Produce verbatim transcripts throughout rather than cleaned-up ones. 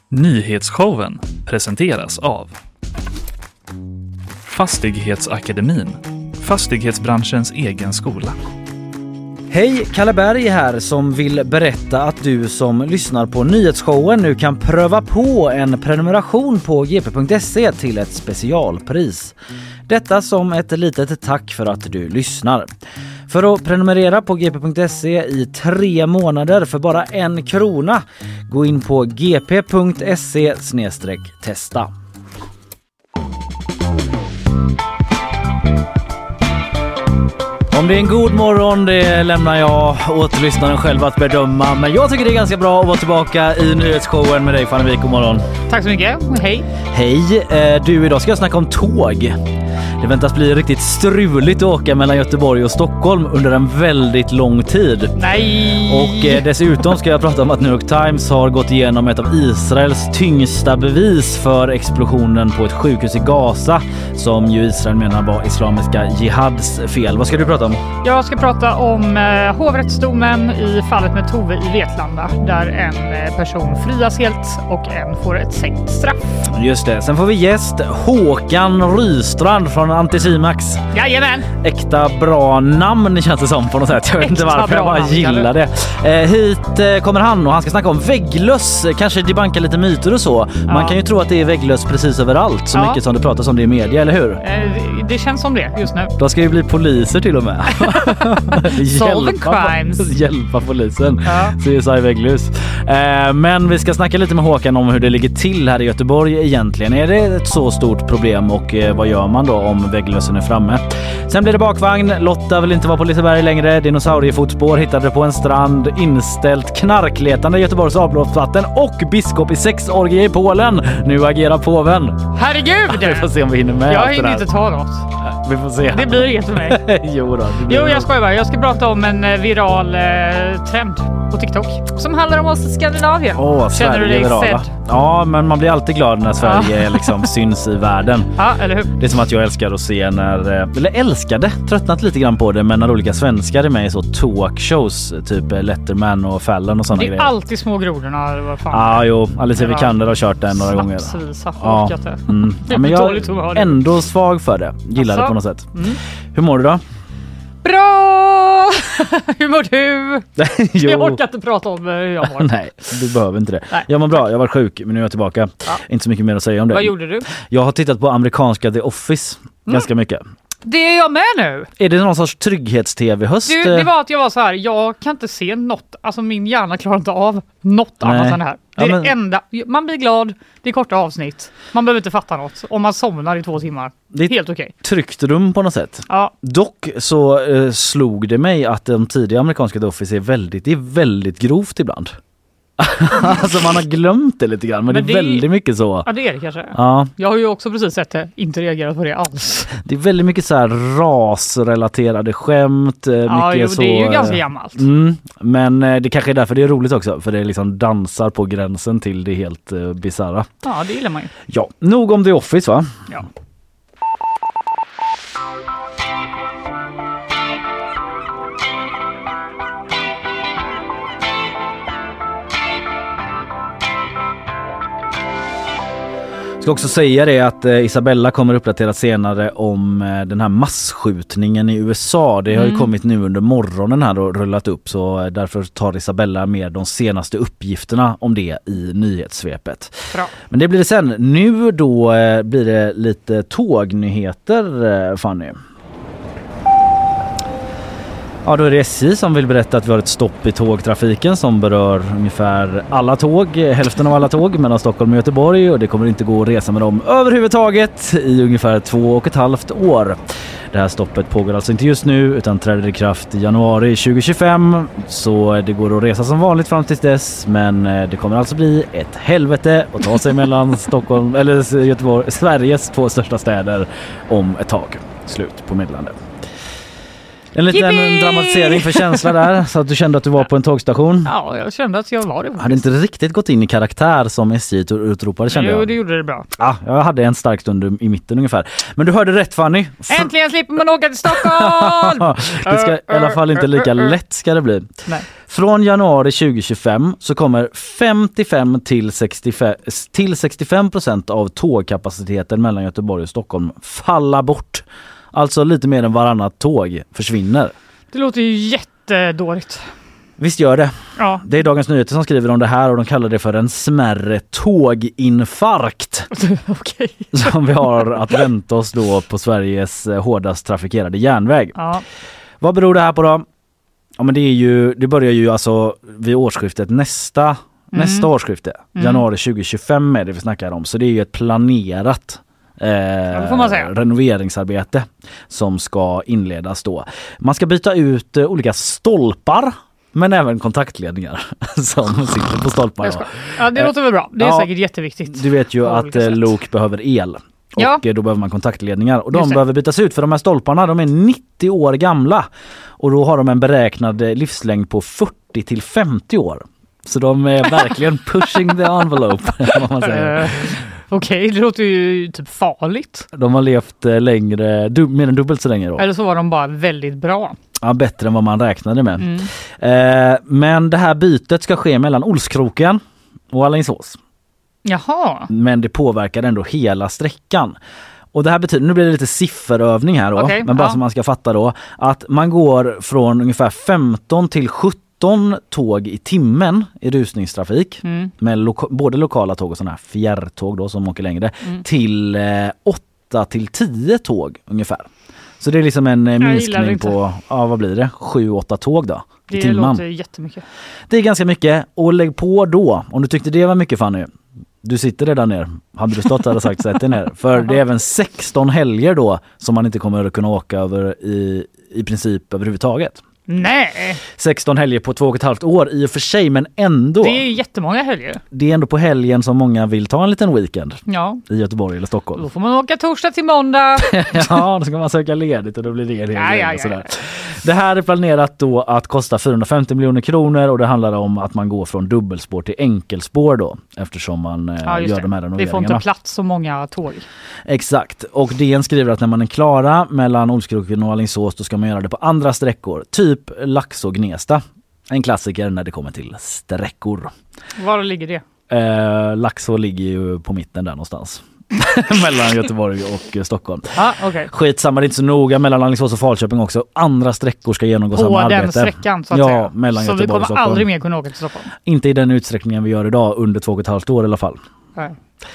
Nyhetsshowen presenteras av Fastighetsakademin, fastighetsbranschens egen skola. Hej, Kalle Berg här som vill berätta att du som lyssnar på nyhetsshowen nu kan pröva på en prenumeration på g p punkt se till ett specialpris. Detta som ett litet tack för att du lyssnar. För att prenumerera på g p punkt se i tre månader för bara en krona, gå in på g p punkt se snedstreck testa. Om det är en god morgon, det lämnar jag åt lyssnaren själv att bedöma. Men jag tycker det är ganska bra att vara tillbaka i nyhetsshowen med dig, Fanny Wijk. God morgon. Tack så mycket. Hej. Hej. Du, idag ska jag snacka om tåg. Det väntas bli riktigt struligt att åka mellan Göteborg och Stockholm under en väldigt lång tid. Nej! Och eh, dessutom ska jag prata om att New York Times har gått igenom ett av Israels tyngsta bevis för explosionen på ett sjukhus i Gaza som ju Israel menar var Islamiska Jihads fel. Vad ska du prata om? Jag ska prata om eh, hovrättsdomen i fallet med Tove i Vetlanda där en eh, person frias helt och en får ett sänkt straff. Just det. Sen får vi gäst Håkan Rystrand från Anticimax. Jajamän! Äkta bra namn känns det som på något sätt. Jag vet inte varför, jag bara gillar det. Eh, hit eh, kommer han och han ska snacka om vägglöss. Kanske debanka lite myter och så. Ja. Man kan ju tro att det är vägglöss precis överallt. Så ja. mycket som det pratas om det i media, eller hur? Eh, det känns som det just nu. Då ska ju bli poliser till och med. Solving crimes. Hjälpa polisen. Ja. C S I vägglöss. Eh, men vi ska snacka lite med Håkan om hur det ligger till här i Göteborg egentligen. Är det ett så stort problem och eh, vad gör man då om vägglössen är framme? Sen blir det bakvagn. Lotta vill inte vara på Liseberg längre. Dinosauriefotspår hittade på en strand. Inställt knarkletande i Göteborgs avloppsvatten och biskop i sexorgie i Polen. Nu agerar påven. Herregud! Vi får se om vi hinner med. Jag hinner inte ta något. Vi får se. Det blir inget för mig. jo då. Jo, jag skojar bara. Jag ska prata om en viral eh, trend på TikTok som handlar om oss i Skandinavien. Åh, oh, Känner du dig sedd? Ja, men man blir alltid glad när Sverige ja. liksom syns i världen. Ja, eller hur? Det är som att jag älskar att se när, eller älskade, tröttnat lite grann på det, men när olika svenskar är med i så talkshows, typ Letterman och Fallon och sådana grejer. Det är grejer. Alltid små grodorna, eller vad fan. Ja, jo. Alicia Vikander har kört den några gånger. Snapsvisa, ja. Mm. ja, men jag är ändå svag för det. Gillar alltså. det på något sätt. Mm. Hur mår du då? Bra! Hur mår du? Jag orkar inte prata om hur jag mår. Nej, du behöver inte det. Nej, jag mår bra, tack. jag var sjuk men nu är jag tillbaka. Ja. Inte så mycket mer att säga om det. Vad gjorde du? Jag har tittat på amerikanska The Office mm. ganska mycket. Det är jag med nu. Är det någon sorts trygghets-tv-höst? Du, det var att jag var så här, jag kan inte se något. Alltså min hjärna klarar inte av något Nej. annat än det här. Det är ja, men... det enda. Man blir glad, det är korta avsnitt. Man behöver inte fatta något. Om man somnar i två timmar. Det är helt okej. Okay. Tryggt rum på något sätt. Ja. Dock så eh, slog det mig att de tidiga amerikanska The Office är väldigt, det är väldigt grovt ibland. Alltså man har glömt det lite grann, men, men det är det, väldigt mycket så. Ja, det är det kanske. Ja. Jag har ju också precis sett det, inte reagerat på det alls. Det är väldigt mycket så här rasrelaterade skämt. Ja, mycket jo, så, det är ju ganska gammalt. Mm, men det kanske är därför det är roligt också, för det liksom dansar på gränsen till det helt uh, bizarra. Ja, det gillar man ju. Ja, nog om The Office va? Ja. Jag ska också säga det att eh, Isabella kommer uppdatera senare om eh, den här massskjutningen i U S A. Det har mm. ju kommit nu under morgonen här och rullat upp, så eh, därför tar Isabella med de senaste uppgifterna om det i nyhetssvepet. Bra. Men det blir det sen. Nu då eh, blir det lite tågnyheter, eh, Fanny. Ja, då är det S J som vill berätta att vi har ett stopp i tågtrafiken som berör ungefär alla tåg, hälften av alla tåg mellan Stockholm och Göteborg, och det kommer inte gå att resa med dem överhuvudtaget i ungefär två och ett halvt år. Det här stoppet pågår alltså inte just nu utan träder i kraft i januari tjugo tjugofem, så det går att resa som vanligt fram till dess, men det kommer alltså bli ett helvete att ta sig mellan Stockholm eller Göteborg, Sveriges två största städer om ett tag. Slut på meddelande. En liten Yippie! dramatisering för känsla där, så att du kände att du var på en tågstation. Ja, jag kände att jag var det. Hade inte riktigt gått in i karaktär som S J-utropare, kände jag. Jo, det gjorde det bra. Ja, jag hade en stark stund i mitten ungefär. Men du hörde rätt, Fanny. Fr- Äntligen slipper man åka till Stockholm! Det ska i alla fall inte lika lätt ska det bli. Nej. Från januari tjugo tjugofem så kommer femtiofem till sextiofem till sextiofem procent av tågkapaciteten mellan Göteborg och Stockholm falla bort. Alltså lite mer än varannat tåg försvinner. Det låter ju jättedåligt. Visst gör det. Ja. Det är Dagens Nyheter som skriver om det här och de kallar det för en smärre tåginfarkt. Okej. Som vi har att vänta oss då på Sveriges hårdast trafikerade järnväg. Ja. Vad beror det här på då? Ja, men det är ju, det börjar ju alltså vid årsskiftet nästa, mm. nästa årsskifte. Mm. Januari tjugo tjugofem är det vi snackar om. Så det är ju ett planerat eh, ja, får man säga. renoveringsarbete som ska inledas då. Man ska byta ut eh, olika stolpar. Men även kontaktledningar som sitter på stolparna. Ja, det låter väl bra. Det är ja, säkert jätteviktigt. Du vet ju att eh, lok behöver el. Och ja. då behöver man kontaktledningar. Och de behöver bytas ut för de här stolparna. De är nittio år gamla. Och då har de en beräknad livslängd på fyrtio till femtio år. Så de är verkligen pushing the envelope. Vad man säger. Uh, Okej, okay, det låter ju typ farligt. De har levt längre, du, mer än dubbelt så länge då. Eller så var de bara väldigt bra. Ja, bättre än vad man räknade med. Mm. Eh, men det här bytet ska ske mellan Olskroken och Alingsås. Jaha. Men det påverkar ändå hela sträckan. Och det här betyder, nu blir det lite sifferövning här då, okay, men bara ja. så man ska fatta då, att man går från ungefär femton till sjutton tåg i timmen i rusningstrafik, mm. med loka- både lokala tåg och sådana här fjärrtåg då som åker längre, mm. till eh, åtta till tio tåg ungefär. Så det är liksom en eh, minskning på, ja vad blir det, sju åtta tåg då i det timman. Det låter jättemycket. Det är ganska mycket, och lägg på då, om du tyckte det var mycket, Fanny. Du sitter redan ner. Hade du stått där och sagt sätt dig ner. För det är även sexton helger då som man inte kommer att kunna åka över i, i princip överhuvudtaget. Nej! sexton helger på två och ett halvt år i och för sig, men ändå. Det är jättemånga helger. Det är ändå på helgen som många vill ta en liten weekend. Ja. I Göteborg eller Stockholm. Då får man åka torsdag till måndag. Ja, då ska man söka ledigt och då blir det en hel ja, ja, och sådär. Ja, ja. Det här är planerat då att kosta fyrahundrafemtio miljoner kronor och det handlar om att man går från dubbelspår till enkelspår då, eftersom man ja, gör det. de här renoveringarna. Det får inte plats så många tåg. Exakt, och D N skriver att när man är klara mellan Olskroken och Alingsås då ska man göra det på andra sträckor, typ Laxå Gnesta. En klassiker när det kommer till sträckor. Var ligger det? Eh, Laxå ligger ju på mitten där någonstans. Mellan Göteborg och Stockholm. Ah, okay. Skitsamma, det är inte så noga. Mellan Alingsås och Falköping också. Andra sträckor ska genomgå på samma arbete. På den sträckan så att ja, säga. Mellan så Göteborg vi kommer och Stockholm. aldrig mer kunna åka till Stockholm. Inte i den utsträckningen vi gör idag, under två och ett halvt år i alla fall. Nej.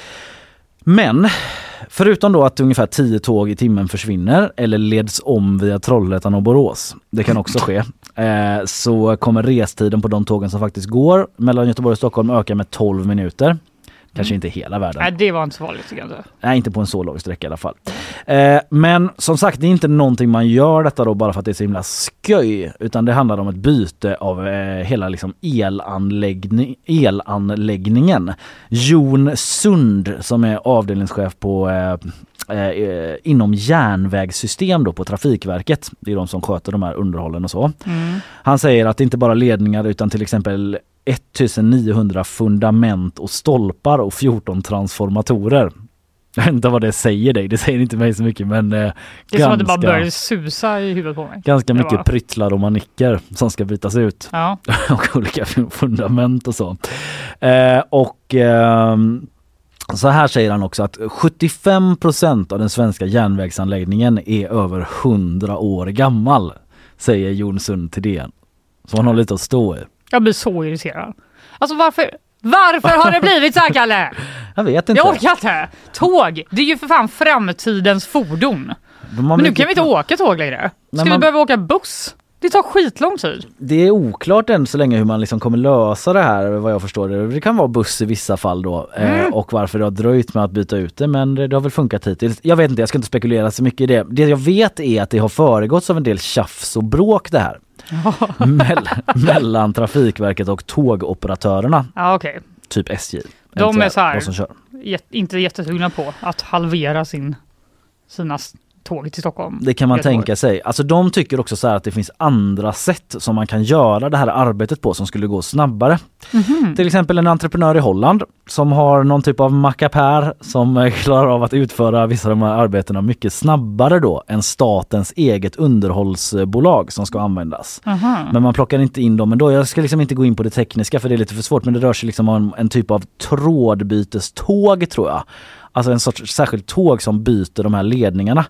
Men förutom då att ungefär tio tåg i timmen försvinner eller leds om via Trollhättan och Borås, det kan också ske, eh, så kommer restiden på de tågen som faktiskt går mellan Göteborg och Stockholm öka med tolv minuter. Kanske inte hela världen. Nej, det var inte så vanligt tycker jag inte. Nej, inte på en så lång sträcka i alla fall. Eh, men som sagt, det är inte någonting man gör detta då bara för att det är så himla sköj, utan det handlar om ett byte av eh, hela liksom elanläggning, elanläggningen. Jon Sund som är avdelningschef på eh, eh, inom järnvägssystem då på Trafikverket. Det är de som sköter de här underhållen och så. Mm. Han säger att det inte bara ledningar utan till exempel nittonhundra fundament och stolpar och fjorton transformatorer. Jag vet inte vad det säger dig. Det säger inte mig så mycket, men eh, det är ganska, som att det bara börjar susa i huvudet på mig. Ganska mycket bara... pryttlar och manicker som ska bytas ut. Ja. Och olika fundament och så. Eh, och eh, så här säger han också att sjuttiofem procent av den svenska järnvägsanläggningen är över hundra år gammal, säger Jon Sund till D N. Så han har lite att stå i. Jag blir så irriterad. Alltså varför, varför har det blivit så här, Kalle? Jag vet inte. Jag orkar inte. Tåg, det är ju för fan framtidens fordon. Men nu kan vi inte åka tåg längre. Ska man... vi behöva åka buss? Det tar skitlång tid. Det är oklart än så länge hur man liksom kommer lösa det här, vad jag förstår det. Det kan vara buss i vissa fall då. Mm. Eh, och varför det har dröjt med att byta ut det. Men det, det har väl funkat hittills. Jag vet inte, jag ska inte spekulera så mycket i det. Det jag vet är att det har föregåtts av en del tjafs och bråk det här. Mell- mellan Trafikverket och tågoperatörerna. Ja, okej. Okay. Typ S J. De är så här, som kör. Jät- inte jättesugna på att halvera sin, sina tåget till Stockholm. Det kan man tänka sig. Alltså de tycker också så här att det finns andra sätt som man kan göra det här arbetet på som skulle gå snabbare. Mm-hmm. Till exempel en entreprenör i Holland som har någon typ av mackapär som klarar av att utföra vissa av de här arbetena mycket snabbare då än statens eget underhållsbolag som ska användas. Mm-hmm. Men man plockar inte in dem ändå. Jag ska liksom inte gå in på det tekniska för det är lite för svårt, men det rör sig liksom om en typ av trådbyteståg tror jag. Alltså en sorts särskilt tåg som byter de här ledningarna.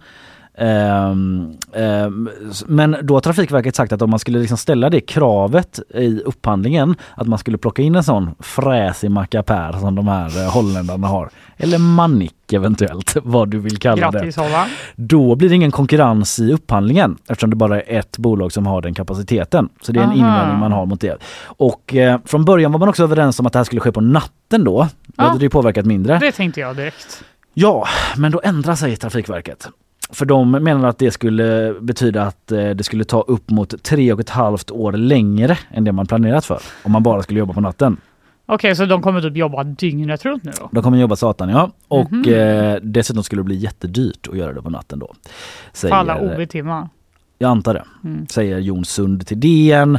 Um, um, men då har Trafikverket sagt att om man skulle liksom ställa det kravet i upphandlingen att man skulle plocka in en sån fräsig mackapär som de här uh, holländarna har, eller manick eventuellt, vad du vill kalla Grattis, det. Hålla. Då blir det ingen konkurrens i upphandlingen eftersom det bara är ett bolag som har den kapaciteten. Så det är en Aha. invändning man har mot det. Och uh, från början var man också överens om att det här skulle ske på natten då. Då ja. hade det påverkat mindre. Det tänkte jag direkt. Ja, men då ändrar sig Trafikverket. För de menar att det skulle betyda att det skulle ta upp mot tre och ett halvt år längre än det man planerat för. Om man bara skulle jobba på natten. Okej, okay, så de kommer typ jobba dygnet runt nu då? De kommer jobba satan, ja. Och mm-hmm. eh, dessutom skulle det bli jättedyrt att göra det på natten då. Säger, för alla O B-timmar? Jag antar det. Mm. Säger Jon Sund till D N.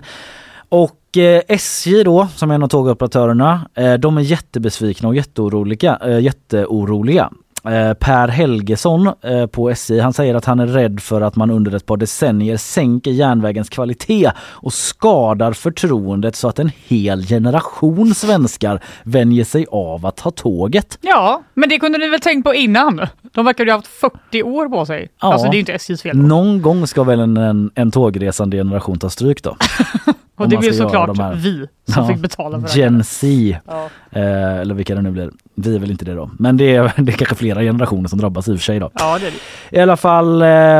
Och eh, S J då, som är en av tågoperatörerna, eh, de är jättebesvikna och jätteoroliga. Eh, jätteoroliga. Per Helgesson på S J, han säger att han är rädd för att man under ett par decennier sänker järnvägens kvalitet och skadar förtroendet så att en hel generation svenskar vänjer sig av att ta tåget. Ja, men det kunde ni väl tänkt på innan? De verkar ju ha haft fyrtio år på sig. Ja, alltså det är ju inte S Js fel. Då. Någon gång ska väl en, en, en tågresande generation ta stryk då. Och det blir såklart vi som ja, fick betala för det. Gen Z. Ja. Eh, eller vilka det nu blir. Vi är väl inte det då. Men det är, det är kanske flera generationer som drabbas i och för sig då. Ja, det är det. I alla fall,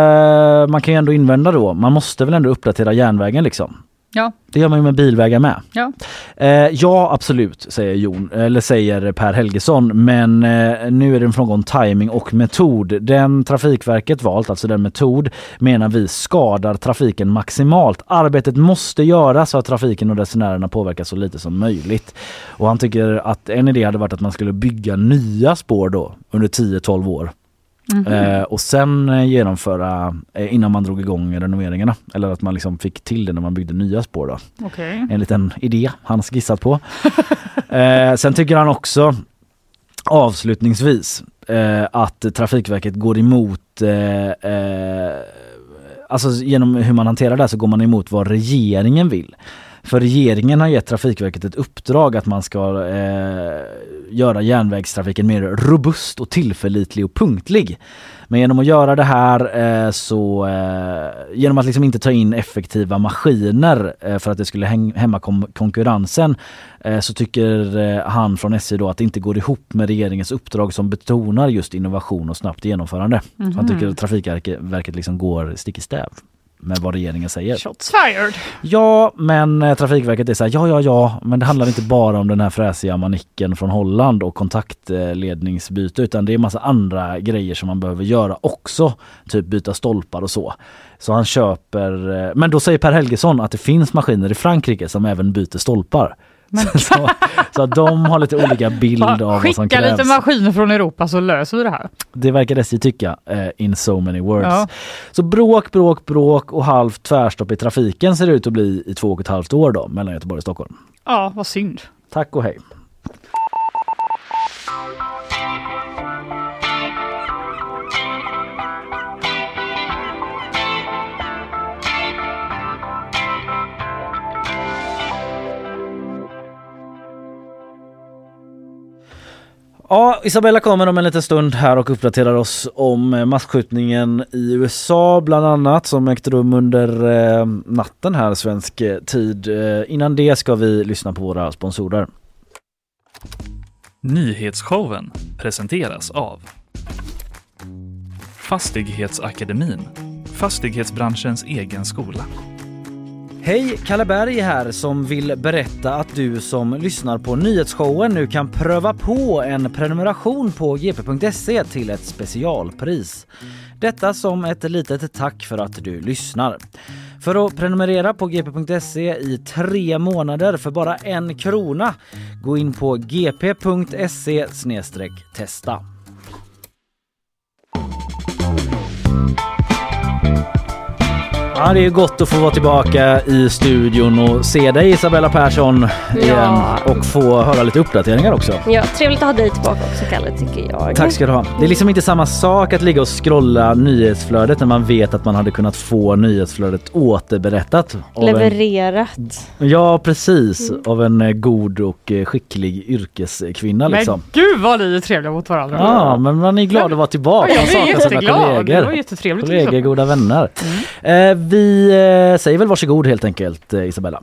eh, man kan ju ändå invända då. Man måste väl ändå uppdatera järnvägen liksom. Ja. Det gör man ju med bilvägar med. Ja, eh, ja absolut, säger Jon, eller säger Per Helgesson. Men eh, nu är det en fråga om timing och metod. Den Trafikverket valt, alltså den metod, menar vi skadar trafiken maximalt. Arbetet måste göras så att trafiken och resenärerna påverkas så lite som möjligt. Och han tycker att en idé hade varit att man skulle bygga nya spår då under tio till tolv år. Mm-hmm. Eh, och sen eh, genomföra eh, innan man drog igång renoveringarna, eller att man liksom fick till det när man byggde nya spår då. Okay. En liten idé han skissat på. eh, sen tycker han också avslutningsvis eh, att Trafikverket går emot eh, eh, alltså genom hur man hanterar det här så går man emot vad regeringen vill. För regeringen har gett Trafikverket ett uppdrag att man ska eh, göra järnvägstrafiken mer robust och tillförlitlig och punktlig. Men genom att göra det här eh, så eh, genom att liksom inte ta in effektiva maskiner eh, för att det skulle häng, hämma kom- konkurrensen eh, så tycker eh, han från S J då att det inte går ihop med regeringens uppdrag som betonar just innovation och snabbt genomförande. Mm-hmm. Så han tycker att Trafikverket liksom går stick i stäv med vad regeringen säger. Shots fired. Ja, men eh, Trafikverket är så här, ja, ja, ja, men det handlar inte bara om den här fräsiga manicken från Holland och kontaktledningsbyte, utan det är massa andra grejer som man behöver göra också, typ byta stolpar och så. Så han köper, eh, men då säger Per Helgesson att det finns maskiner i Frankrike som även byter stolpar. Men... så, så att de har lite olika bild av vad som krävs. Skicka lite maskiner från Europa så löser vi det här. Det verkar S J tycka eh, in so many words. Ja. Så bråk, bråk, bråk och halvt tvärstopp i trafiken ser det ut att bli i två och ett halvt år då mellan Göteborg och Stockholm. Ja, vad synd. Tack och hej. Ja, Isabella kommer om en liten stund här och uppdaterar oss om massskjutningen i U S A bland annat som ägde rum under eh, natten här svensk tid. Eh, innan det ska vi lyssna på våra sponsorer. Nyhetsshowen presenteras av Fastighetsakademin, fastighetsbranschens egen skola. Hej, Kalle Berg här som vill berätta att du som lyssnar på nyhetsshowen nu kan pröva på en prenumeration på g p punkt se till ett specialpris. Detta som ett litet tack för att du lyssnar. För att prenumerera på g p punkt se i tre månader för bara en krona, gå in på g p punkt se slash testa. Ja, det är gott att få vara tillbaka i studion och se dig, Isabella Persson, igen, ja. Och få höra lite uppdateringar också. Ja, trevligt att ha dig tillbaka också, Kalle, tycker jag. Tack ska du ha. Det är liksom inte samma sak att ligga och scrolla nyhetsflödet när man vet att man hade kunnat få nyhetsflödet återberättat. Levererat. En, ja, precis. Mm. Av en god och skicklig yrkeskvinna. Liksom. Men gud vad ni är trevliga mot varandra. Ja, men man är glad att vara tillbaka. Ja, jag är jätteglad. Det var jättetrevligt. Kollegor, liksom. Goda vänner. Mm. Eh, Vi eh, säger väl varsågod helt enkelt, eh, Isabella.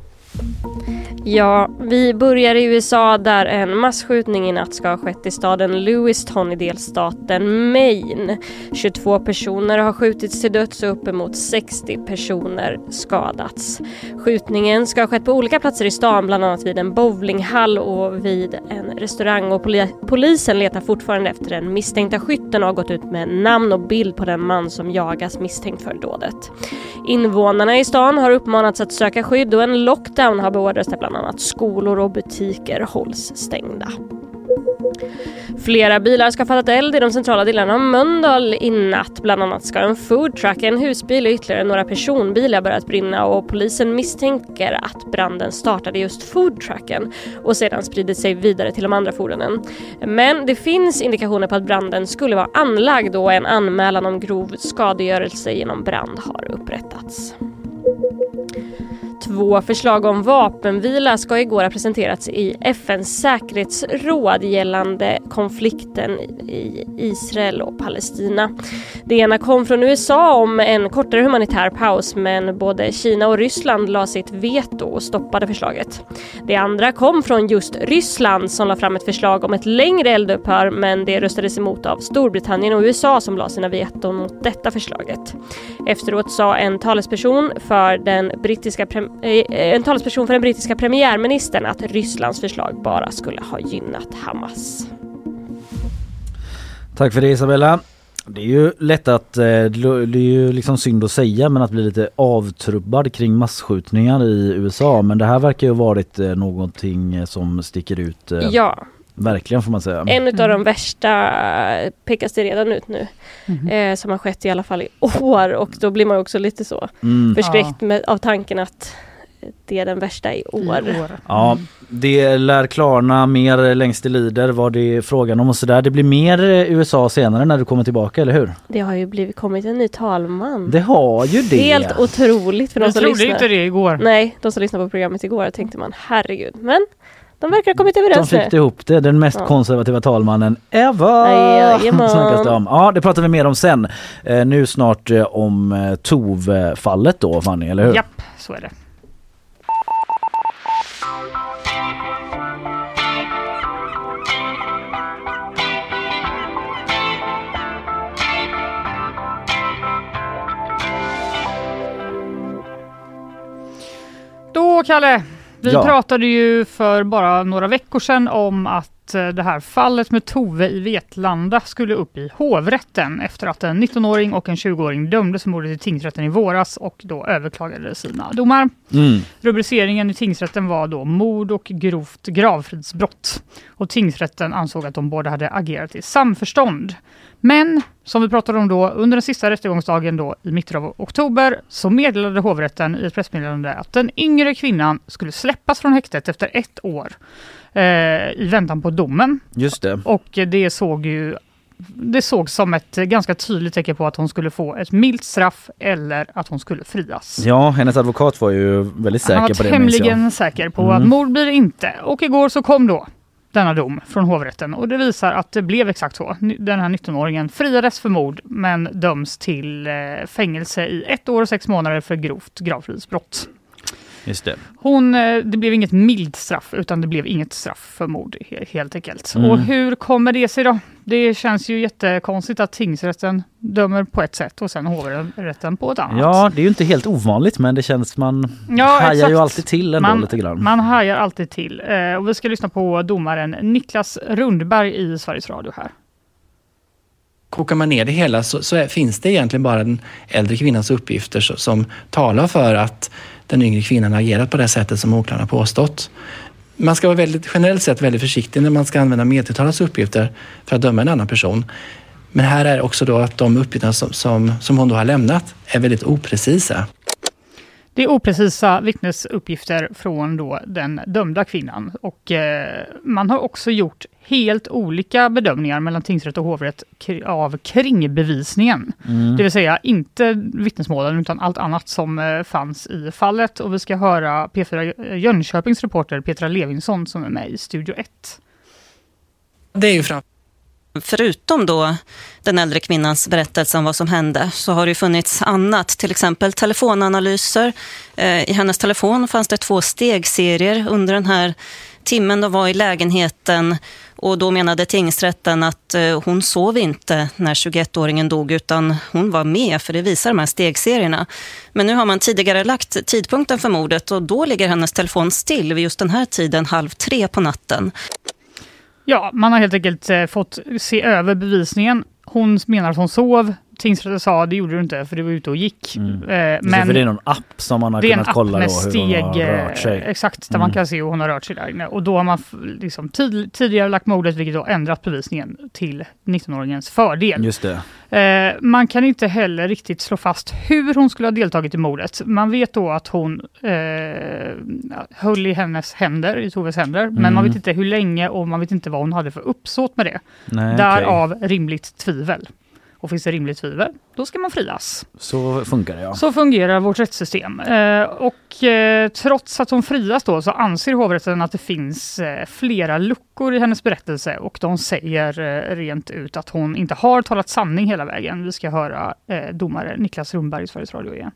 Ja, vi börjar i U S A där en massskjutning i natt ska ha skett i staden Lewiston i delstaten Maine. tjugotvå personer har skjutits till döds och uppemot sextio personer skadats. Skjutningen ska ha skett på olika platser i stan, bland annat vid en bowlinghall och vid en restaurang. Och poli- polisen letar fortfarande efter den misstänkta skytten och har gått ut med namn och bild på den man som jagas misstänkt för dådet. Invånarna i stan har uppmanats att söka skydd och en lockdown har beordrats där bland annat skolor och butiker hålls stängda. Flera bilar ska ha fattat eld i de centrala delarna av Mölndal i natt. Bland annat ska en foodtruck, en husbil och ytterligare några personbilar börjat brinna och polisen misstänker att branden startade just foodtrucken och sedan spridit sig vidare till de andra fordonen. Men det finns indikationer på att branden skulle vara anlagd och en anmälan om grov skadegörelse genom brand har upprättats. Två förslag om vapenvila ska igår ha presenterats i F N:s säkerhetsråd gällande konflikten i Israel och Palestina. Det ena kom från U S A om en kortare humanitär paus, men både Kina och Ryssland la sitt veto och stoppade förslaget. Det andra kom från just Ryssland som la fram ett förslag om ett längre eldupphör, men det röstades emot av Storbritannien och U S A som la sina veton mot detta förslaget. Efteråt sa en talesperson för den brittiska prem- en talesperson för den brittiska premiärministern att Rysslands förslag bara skulle ha gynnat Hamas. Tack för det, Isabella. Det är ju lätt att, det är ju liksom synd att säga, men att bli lite avtrubbad kring massskjutningar i U S A. Men det här verkar ju ha varit någonting som sticker ut. Ja. Verkligen, får man säga. En av de värsta pekas det redan ut nu. Mm. Eh, som har skett i alla fall i år. Och då blir man också lite så mm. förskräckt med, av tanken att det är den värsta i år. I år. Ja, det lär klarna mer längs det lider vad det är frågan om och sådär. Det blir mer U S A senare när du kommer tillbaka, eller hur? Det har ju blivit kommit en ny talman. Det har ju det. Helt otroligt för de som lyssnar. Jag trodde inte det igår. Nej, de som lyssnade på programmet igår tänkte man, herregud. Men de verkar ha kommit överens. De fick det ihop det. Den mest ja. konservativa talmannen ever. Snackas det om. Ja, det pratar vi mer om sen. Eh, nu snart eh, om eh, Tove-fallet då, Fanny, eller hur? Japp, så är det. Då, Kalle, vi ja. pratade ju för bara några veckor sedan om att det här fallet med Tove i Vetlanda skulle upp i hovrätten efter att en nittonåring och en tjugoåring dömdes för mordet i tingsrätten i våras och då överklagade sina domar. Mm. Rubriceringen i tingsrätten var då mord och grovt gravfridsbrott. Och tingsrätten ansåg att de båda hade agerat i samförstånd. Men som vi pratade om då, under den sista rättegångsdagen då i mitten av oktober så meddelade hovrätten i ett pressmeddelande att den yngre kvinnan skulle släppas från häktet efter ett år eh, i väntan på domen. Just det. Och det såg ju det såg som ett ganska tydligt tecken på att hon skulle få ett milt straff eller att hon skulle frias. Ja, hennes advokat var ju väldigt säker på det. Han var tämligen säker på mm. att mord blir det inte. Och igår så kom då denna dom från hovrätten och det visar att det blev exakt så. Den här nittonåringen friades för mord men döms till eh, fängelse i ett år och sex månader för grovt gravfridsbrott. Just det. Hon, det blev inget mild straff utan det blev inget straff för mord helt enkelt. Mm. Och hur kommer det sig då? Det känns ju jättekonstigt att tingsrätten dömer på ett sätt och sen hovrätten på ett annat. Ja, det är ju inte helt ovanligt men det känns man ja, hajar exakt. ju alltid till ändå man, lite grann. Man hajar alltid till. Eh, och vi ska lyssna på domaren Niklas Rundberg i Sveriges Radio här. Kokar man ner det hela så, så är, finns det egentligen bara den äldre kvinnans uppgifter så, som talar för att den yngre kvinnan har agerat på det sättet som åklagaren har påstått. Man ska vara väldigt, generellt sett väldigt försiktig när man ska använda medtilltalats uppgifter för att döma en annan person. Men här är också då att de uppgifterna som, som, som hon då har lämnat är väldigt oprecisa. Det är oprecisa vittnesuppgifter från då den dömda kvinnan. Och eh, man har också gjort helt olika bedömningar mellan tingsrätt och hovrätt k- av kringbevisningen. Mm. Det vill säga inte vittnesmålen utan allt annat som eh, fanns i fallet. Och vi ska höra P fyra Jönköpings reporter Petra Levinsson som är med i Studio ett. Det är ju fram- Förutom då den äldre kvinnans berättelse om vad som hände så har det funnits annat, till exempel telefonanalyser. Eh, I hennes telefon fanns det två stegserier under den här timmen de var i lägenheten och då menade tingsrätten att eh, hon sov inte när tjugoettåringen dog utan hon var med för det visar de här stegserierna. Men nu har man tidigare lagt tidpunkten för mordet och då ligger hennes telefon still vid just den här tiden halv tre på natten. Ja, man har helt enkelt eh, fått se över bevisningen. Hon menar att hon sov. Tingsrätten sa det gjorde du inte för det var ute och gick. Mm. Eh, men för det är någon app som man har kunnat kolla då steg, hur hon har rört sig. Exakt, där mm. man kan se hur hon har rört sig där inne. Och då har man liksom tid, tidigare lagt mordet vilket då ändrat bevisningen till nittonåringens fördel. Just det. Eh, man kan inte heller riktigt slå fast hur hon skulle ha deltagit i mordet. Man vet då att hon eh, höll i hennes händer, i Toves händer. Mm. Men man vet inte hur länge och man vet inte vad hon hade för uppsåt med det. Nej, Därav okay. rimligt tvivel. Och finns det rimligt tvivel, då ska man frias. Så funkar det, ja. Så fungerar vårt rättssystem. Eh, och eh, trots att hon frias då så anser hovrätten att det finns eh, flera luckor i hennes berättelse. Och de säger eh, rent ut att hon inte har talat sanning hela vägen. Vi ska höra eh, domare Niklas Rundberg i Sveriges Radio igen.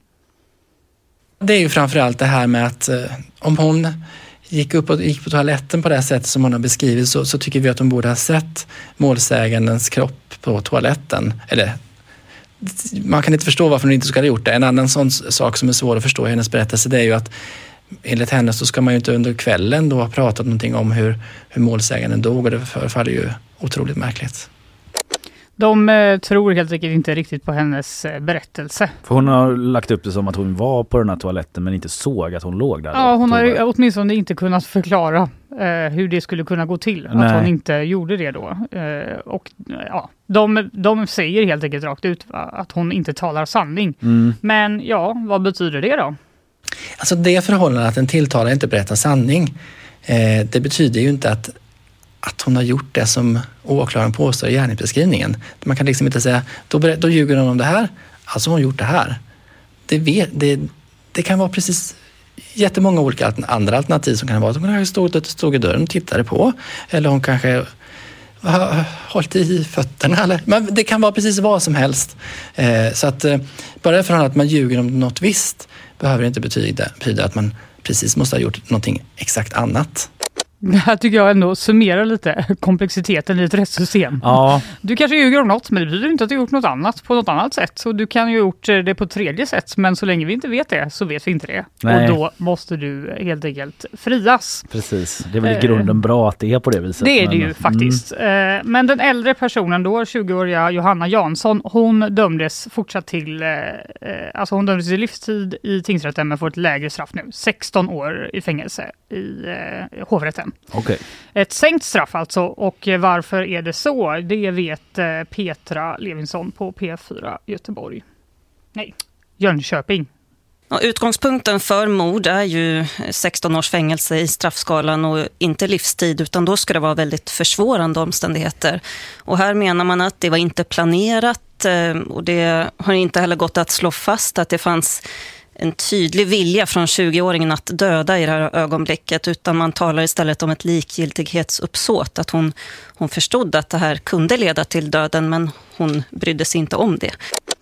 Det är ju framförallt det här med att eh, om hon gick upp och gick på toaletten på det sättet som hon har beskrivit så, så tycker vi att hon borde ha sett målsägandens kropp på toaletten. Eller man kan inte förstå varför hon inte ska ha gjort det. En annan sån sak som är svår att förstå i hennes berättelse det är ju att enligt henne så ska man ju inte under kvällen då ha pratat någonting om hur, hur målsäganden dog och det förefaller ju otroligt märkligt. De eh, tror helt enkelt inte riktigt på hennes eh, berättelse. För hon har lagt upp det som att hon var på den här toaletten men inte såg att hon låg där. Ja, hon har ju åtminstone inte kunnat förklara eh, hur det skulle kunna gå till. Nej. Att hon inte gjorde det då. Eh, och ja, de, de säger helt enkelt rakt ut att hon inte talar sanning. Mm. Men ja, vad betyder det då? Alltså det förhållandet att en tilltalare inte berättar sanning, eh, det betyder ju inte att att hon har gjort det som åklagaren påstår i gärningsbeskrivningen. Man kan liksom inte säga, då, då ljuger hon om det här, alltså hon har gjort det här. Det, vet, det, det kan vara precis jättemånga olika andra alternativ som kan vara. Hon kanske stod, stod i dörren och tittade på, eller hon kanske har hållit i fötterna. Eller, men det kan vara precis vad som helst. Eh, så att eh, bara för att man ljuger om något visst behöver det inte betyda, betyda att man precis måste ha gjort någonting exakt annat. Det här tycker jag ändå summerar lite komplexiteten i ett rättssystem. Ja. Du kanske ljuger om något, men det betyder inte att du gjort något annat på något annat sätt. Så du kan ju ha gjort det på ett tredje sätt, men så länge vi inte vet det så vet vi inte det. Nej. Och då måste du helt enkelt frias. Precis, det är väl i grunden bra att det är på det viset. Det är det ju faktiskt. Mm. Men den äldre personen då, tjugoåriga Johanna Jansson, hon dömdes fortsatt till, alltså hon dömdes till livstid i tingsrätten men får ett lägre straff nu. sexton år i fängelse i eh, hovrätten. Okay. Ett sänkt straff alltså, och varför är det så? Det vet eh, Petra Levinsson på P fyra Göteborg. Nej, Jönköping. Ja, utgångspunkten för mord är ju sexton års fängelse i straffskalan och inte livstid, utan då ska det vara väldigt försvårande omständigheter. Och här menar man att det var inte planerat och det har inte heller gått att slå fast att det fanns en tydlig vilja från tjugoåringen att döda i det här ögonblicket, utan man talar istället om ett likgiltighetsuppsåt, att hon, hon förstod att det här kunde leda till döden men hon brydde sig inte om det.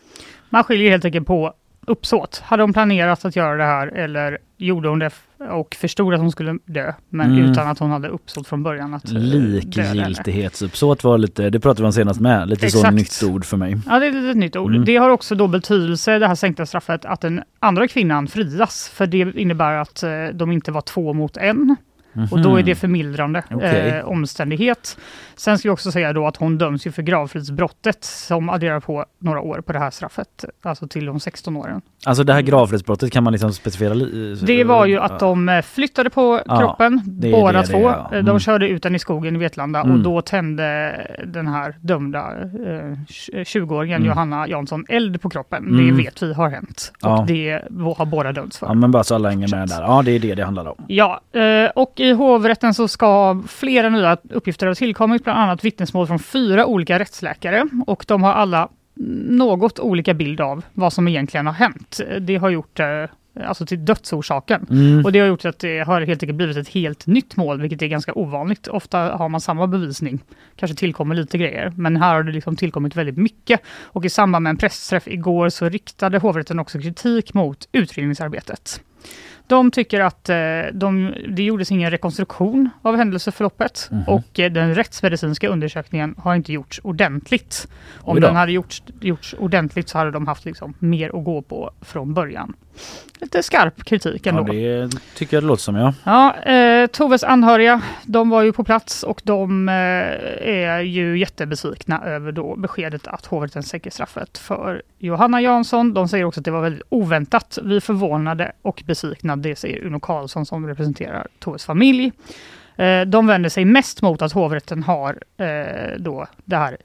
Man skiljer helt enkelt på uppsåt. Hade hon planerat att göra det här eller gjorde hon det och förstod att hon skulle dö men mm. utan att hon hade uppsåt från början att likgiltighetsuppsåt var lite, det pratade vi om senast med, lite så nytt ord för mig. Ja, det är lite ett nytt ord. Mm. Det har också då betydelse, det här sänkta straffet, att den andra kvinnan frias, för det innebär att de inte var två mot en. Mm-hmm. Och då är det förmildrande okay. eh, omständighet. Sen ska vi också säga då att hon döms ju för gravfridsbrottet som adderar på några år på det här straffet. Alltså till de sexton åren. Alltså det här gravfridsbrottet kan man liksom specificera? Li- det var ju att de flyttade på ja, kroppen, det båda det, två. Det, ja. mm. De körde ut den i skogen i Vetlanda mm. och då tände den här dömda eh, tjugo-åringen mm. Johanna Jansson eld på kroppen. Mm. Det vet vi har hänt. Ja. Och det har båda dömts för. Ja, men bara så alla hänger med där. Ja, det är det det handlar om. Ja, och i hovrätten så ska flera nya uppgifter ha tillkommit, bland annat vittnesmål från fyra olika rättsläkare, och de har alla något olika bild av vad som egentligen har hänt. Det har gjort alltså till dödsorsaken. Mm. Och det har gjort att det har helt enkelt blivit ett helt nytt mål, vilket är ganska ovanligt. Ofta har man samma bevisning. Kanske tillkommer lite grejer. Men här har det liksom tillkommit väldigt mycket. Och i samband med en pressträff igår så riktade hovrätten också kritik mot utredningsarbetet. De tycker att eh, de, det gjordes ingen rekonstruktion av händelseförloppet mm-hmm. och eh, den rättsmedicinska undersökningen har inte gjorts ordentligt. Om den hade gjorts, gjorts ordentligt så hade de haft liksom mer att gå på från början. Lite skarp kritik ändå. Ja, det tycker jag det låter som, ja. Ja, eh, Toves anhöriga, de var ju på plats och de eh, är ju jättebesvikna över då beskedet att hovrätten sänker straffet för Johanna Jansson. De säger också att det var väldigt oväntat. Vi är förvånade och besvikna, det säger Uno Karlsson som representerar Toves familj. Eh, de vänder sig mest mot att hovrätten har eh, då det här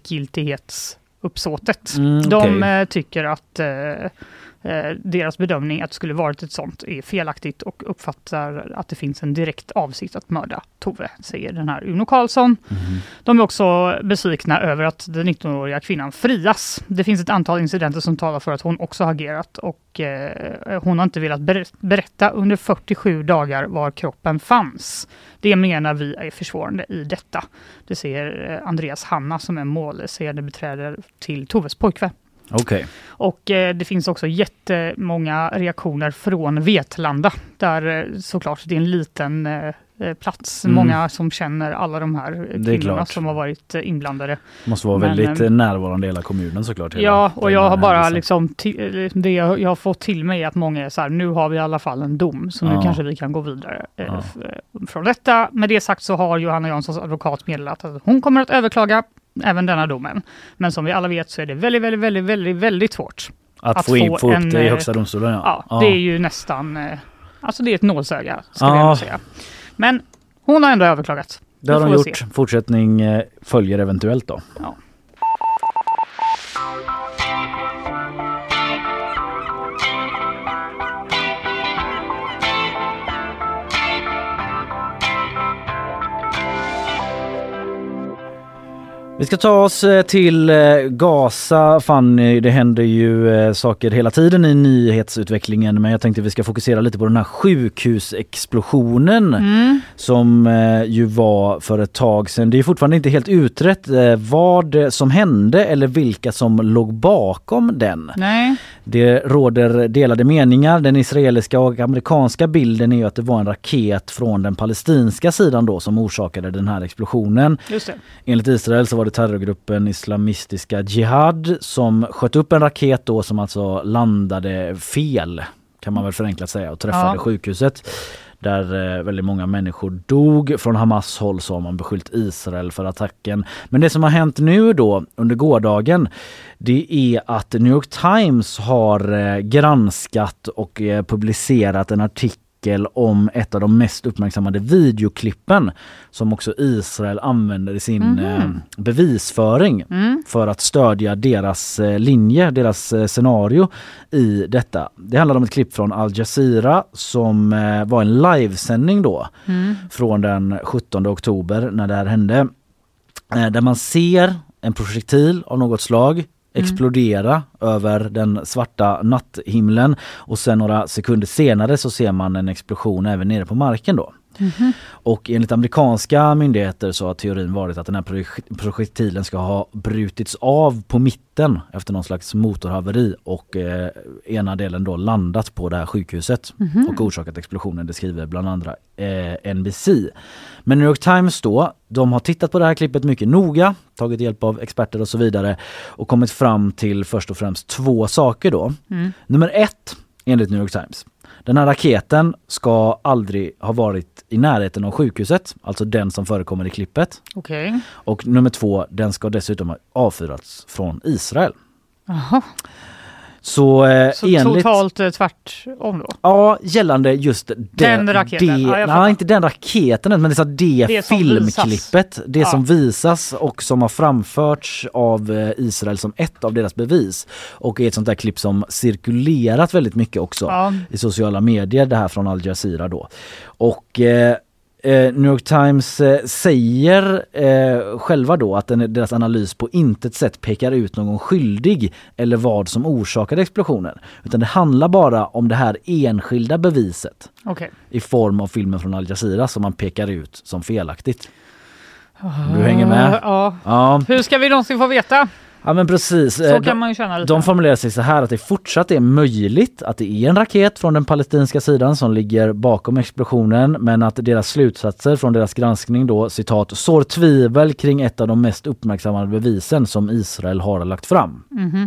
likgiltighetsuppsåtet. Mm, okay. De eh, tycker att eh, deras bedömning att det skulle varit ett sånt är felaktigt och uppfattar att det finns en direkt avsikt att mörda Tove, säger den här Uno Karlsson. Mm. De är också besvikna över att den nittonåriga kvinnan frias. Det finns ett antal incidenter som talar för att hon också har agerat och eh, hon har inte velat ber- berätta under fyrtiosju dagar var kroppen fanns. Det menar vi är försvårande i detta. Det säger Andreas Hanna som är målsägande beträdare till Toves pojkvän. Okay. Och eh, det finns också jättemånga reaktioner från Vetlanda där eh, såklart det är en liten eh, plats. Mm. Många som känner alla de här kvinnorna som har varit eh, inblandade. Måste vara Men, väldigt eh, närvarande i hela kommunen såklart. Hela, ja, och jag har bara liksom t- det jag, jag har fått till mig att många är så här, nu har vi i alla fall en dom så nu ja. kanske vi kan gå vidare eh, ja. f- från detta. Med det sagt så har Johanna Janssons advokat meddelat att hon kommer att överklaga även denna domen. Men som vi alla vet så är det väldigt, väldigt, väldigt, väldigt, väldigt svårt. Att, att få, in, få upp en, det i högsta domstolen, ja. Ja, ja. Det är ju nästan, alltså det är ett nålsöga, ska ja. jag säga. Men hon har ändå överklagat. Det har de gjort. Se. Fortsättning följer eventuellt då. Ja. Vi ska ta oss till Gaza, Fanny. Det händer ju saker hela tiden i nyhetsutvecklingen, men jag tänkte att vi ska fokusera lite på den här sjukhusexplosionen mm. som ju var för ett tag sedan. Det är fortfarande inte helt utrett vad som hände eller vilka som låg bakom den. Nej. Det råder delade meningar. Den israeliska och amerikanska bilden är ju att det var en raket från den palestinska sidan då som orsakade den här explosionen. Just det. Enligt Israel så var det terrorgruppen islamistiska Jihad som sköt upp en raket då som alltså landade fel, kan man väl förenklat säga, och träffade ja. sjukhuset där väldigt många människor dog. Från Hamas håll så har man beskyllt Israel för attacken. Men det som har hänt nu då under gårdagen, det är att New York Times har granskat och publicerat en artikel om ett av de mest uppmärksammade videoklippen som också Israel använder i sin mm-hmm. eh, bevisföring mm. för att stödja deras eh, linje, deras eh, scenario i detta. Det handlar om ett klipp från Al Jazeera som eh, var en livesändning då mm. från den sjuttonde oktober när det här hände. Eh, där man ser en projektil av något slag explodera mm. över den svarta natthimlen och sen några sekunder senare så ser man en explosion även nere på marken då. Mm-hmm. Och enligt amerikanska myndigheter så har teorin varit att den här projektilen ska ha brutits av på mitten efter någon slags motorhaveri och eh, ena delen då landat på det här sjukhuset mm-hmm. och orsakat explosionen, det skriver bland andra eh, N B C. Men New York Times då, de har tittat på det här klippet mycket noga, tagit hjälp av experter och så vidare och kommit fram till först och främst två saker då. Mm. Nummer ett, enligt New York Times, Den här raketen ska aldrig ha varit i närheten av sjukhuset, alltså den som förekommer i klippet. Okej. Okay. Och nummer två, den ska dessutom ha avfyrats från Israel. Jaha. Så, eh, så enligt, totalt eh, tvärtom då? Ja, gällande just det, den raketen. Det, ja, nej, inte den raketen, men det, är så det, det filmklippet, det ja. som visas och som har framförts av eh, Israel som ett av deras bevis. Och är ett sånt där klipp som cirkulerat väldigt mycket också ja. i sociala medier, det här från Al Jazeera då. Och eh, New York Times eh, säger eh, själva då att den, deras analys på intet sätt pekar ut någon skyldig eller vad som orsakade explosionen. Utan det handlar bara om det här enskilda beviset okay. i form av filmen från Al Jazeera som man pekar ut som felaktigt. Du hänger med? Ja. ja. Hur ska vi någonsin få veta? Ja men precis. Så kan man ju känna lite. De formulerar sig så här att det fortsatt är möjligt att det är en raket från den palestinska sidan som ligger bakom explosionen, men att deras slutsatser från deras granskning då, citat, sår tvivel kring ett av de mest uppmärksammade bevisen som Israel har lagt fram. Mhm.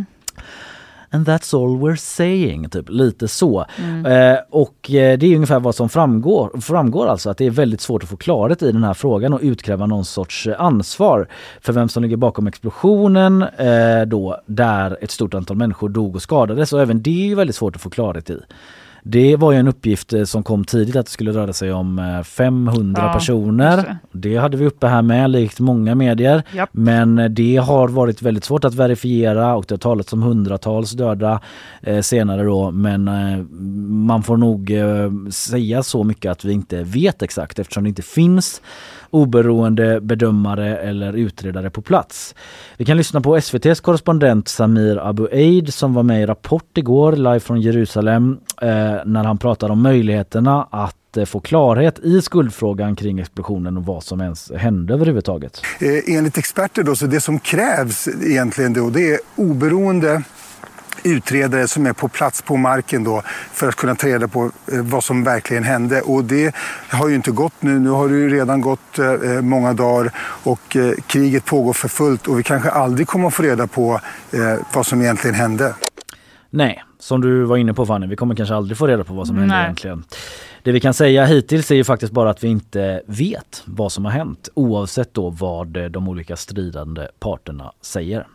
And that's all we're saying, typ lite så. Mm. Eh, och eh, det är ungefär vad som framgår. Framgår alltså att det är väldigt svårt att få klarhet i den här frågan och utkräva någon sorts ansvar för vem som ligger bakom explosionen eh, då, där ett stort antal människor dog och skadades. Och även det är ju väldigt svårt att få klarhet i. Det var ju en uppgift som kom tidigt att det skulle röra sig om femhundra ja, personer. Det. det hade vi uppe här med, likt många medier. Japp. Men det har varit väldigt svårt att verifiera och det har talats om hundratals döda eh, senare då. Men eh, man får nog eh, säga så mycket att vi inte vet exakt eftersom det inte finns oberoende bedömare eller utredare på plats. Vi kan lyssna på S V T:s korrespondent Samir Abu Eid som var med i Rapport igår live från Jerusalem eh, när han pratar om möjligheterna att eh, få klarhet i skuldfrågan kring explosionen och vad som ens hände överhuvudtaget. Eh, enligt experter då, så det som krävs egentligen då, det är oberoende utredare som är på plats på marken då för att kunna ta reda på eh, vad som verkligen hände. Och det har ju inte gått nu. Nu har det ju redan gått eh, många dagar och eh, kriget pågår för fullt och vi kanske aldrig kommer att få reda på eh, vad som egentligen hände. Nej, som du var inne på Fanny, vi kommer kanske aldrig få reda på vad som hände Nej. egentligen. Det vi kan säga hittills är ju faktiskt bara att vi inte vet vad som har hänt oavsett då vad de olika stridande parterna säger.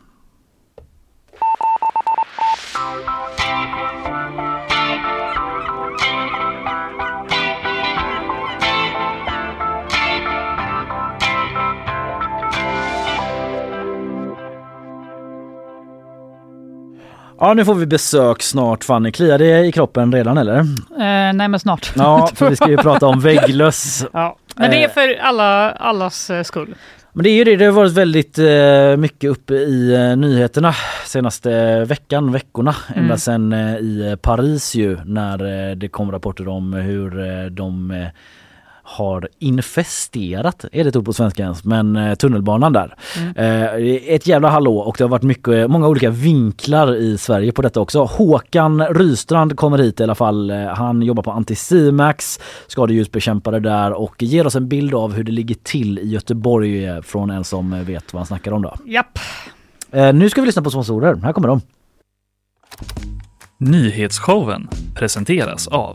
Ja, nu får vi besök snart, Fanny. Kliar det i kroppen redan, eller? Eh, nej, men snart. Ja, för vi ska ju prata om vägglöss. Ja, men det är för alla, allas skull. Men det är ju det, det har varit väldigt eh, mycket uppe i eh, nyheterna senaste veckan, veckorna, mm. ända sedan eh, i Paris ju, när eh, det kom rapporter om hur eh, de eh, har infesterat, är det ett ord på svenska ens, men eh, tunnelbanan där. Mm. Eh, ett jävla hallå och det har varit mycket, många olika vinklar i Sverige på detta också. Håkan Rystrand kommer hit i alla fall. Eh, han jobbar på Anticimax, skadeljusbekämpare där och ger oss en bild av hur det ligger till i Göteborg eh, från en som vet vad han snackar om då. Japp. Eh, nu ska vi lyssna på sponsorer. Här kommer de. Nyhetsshowen presenteras av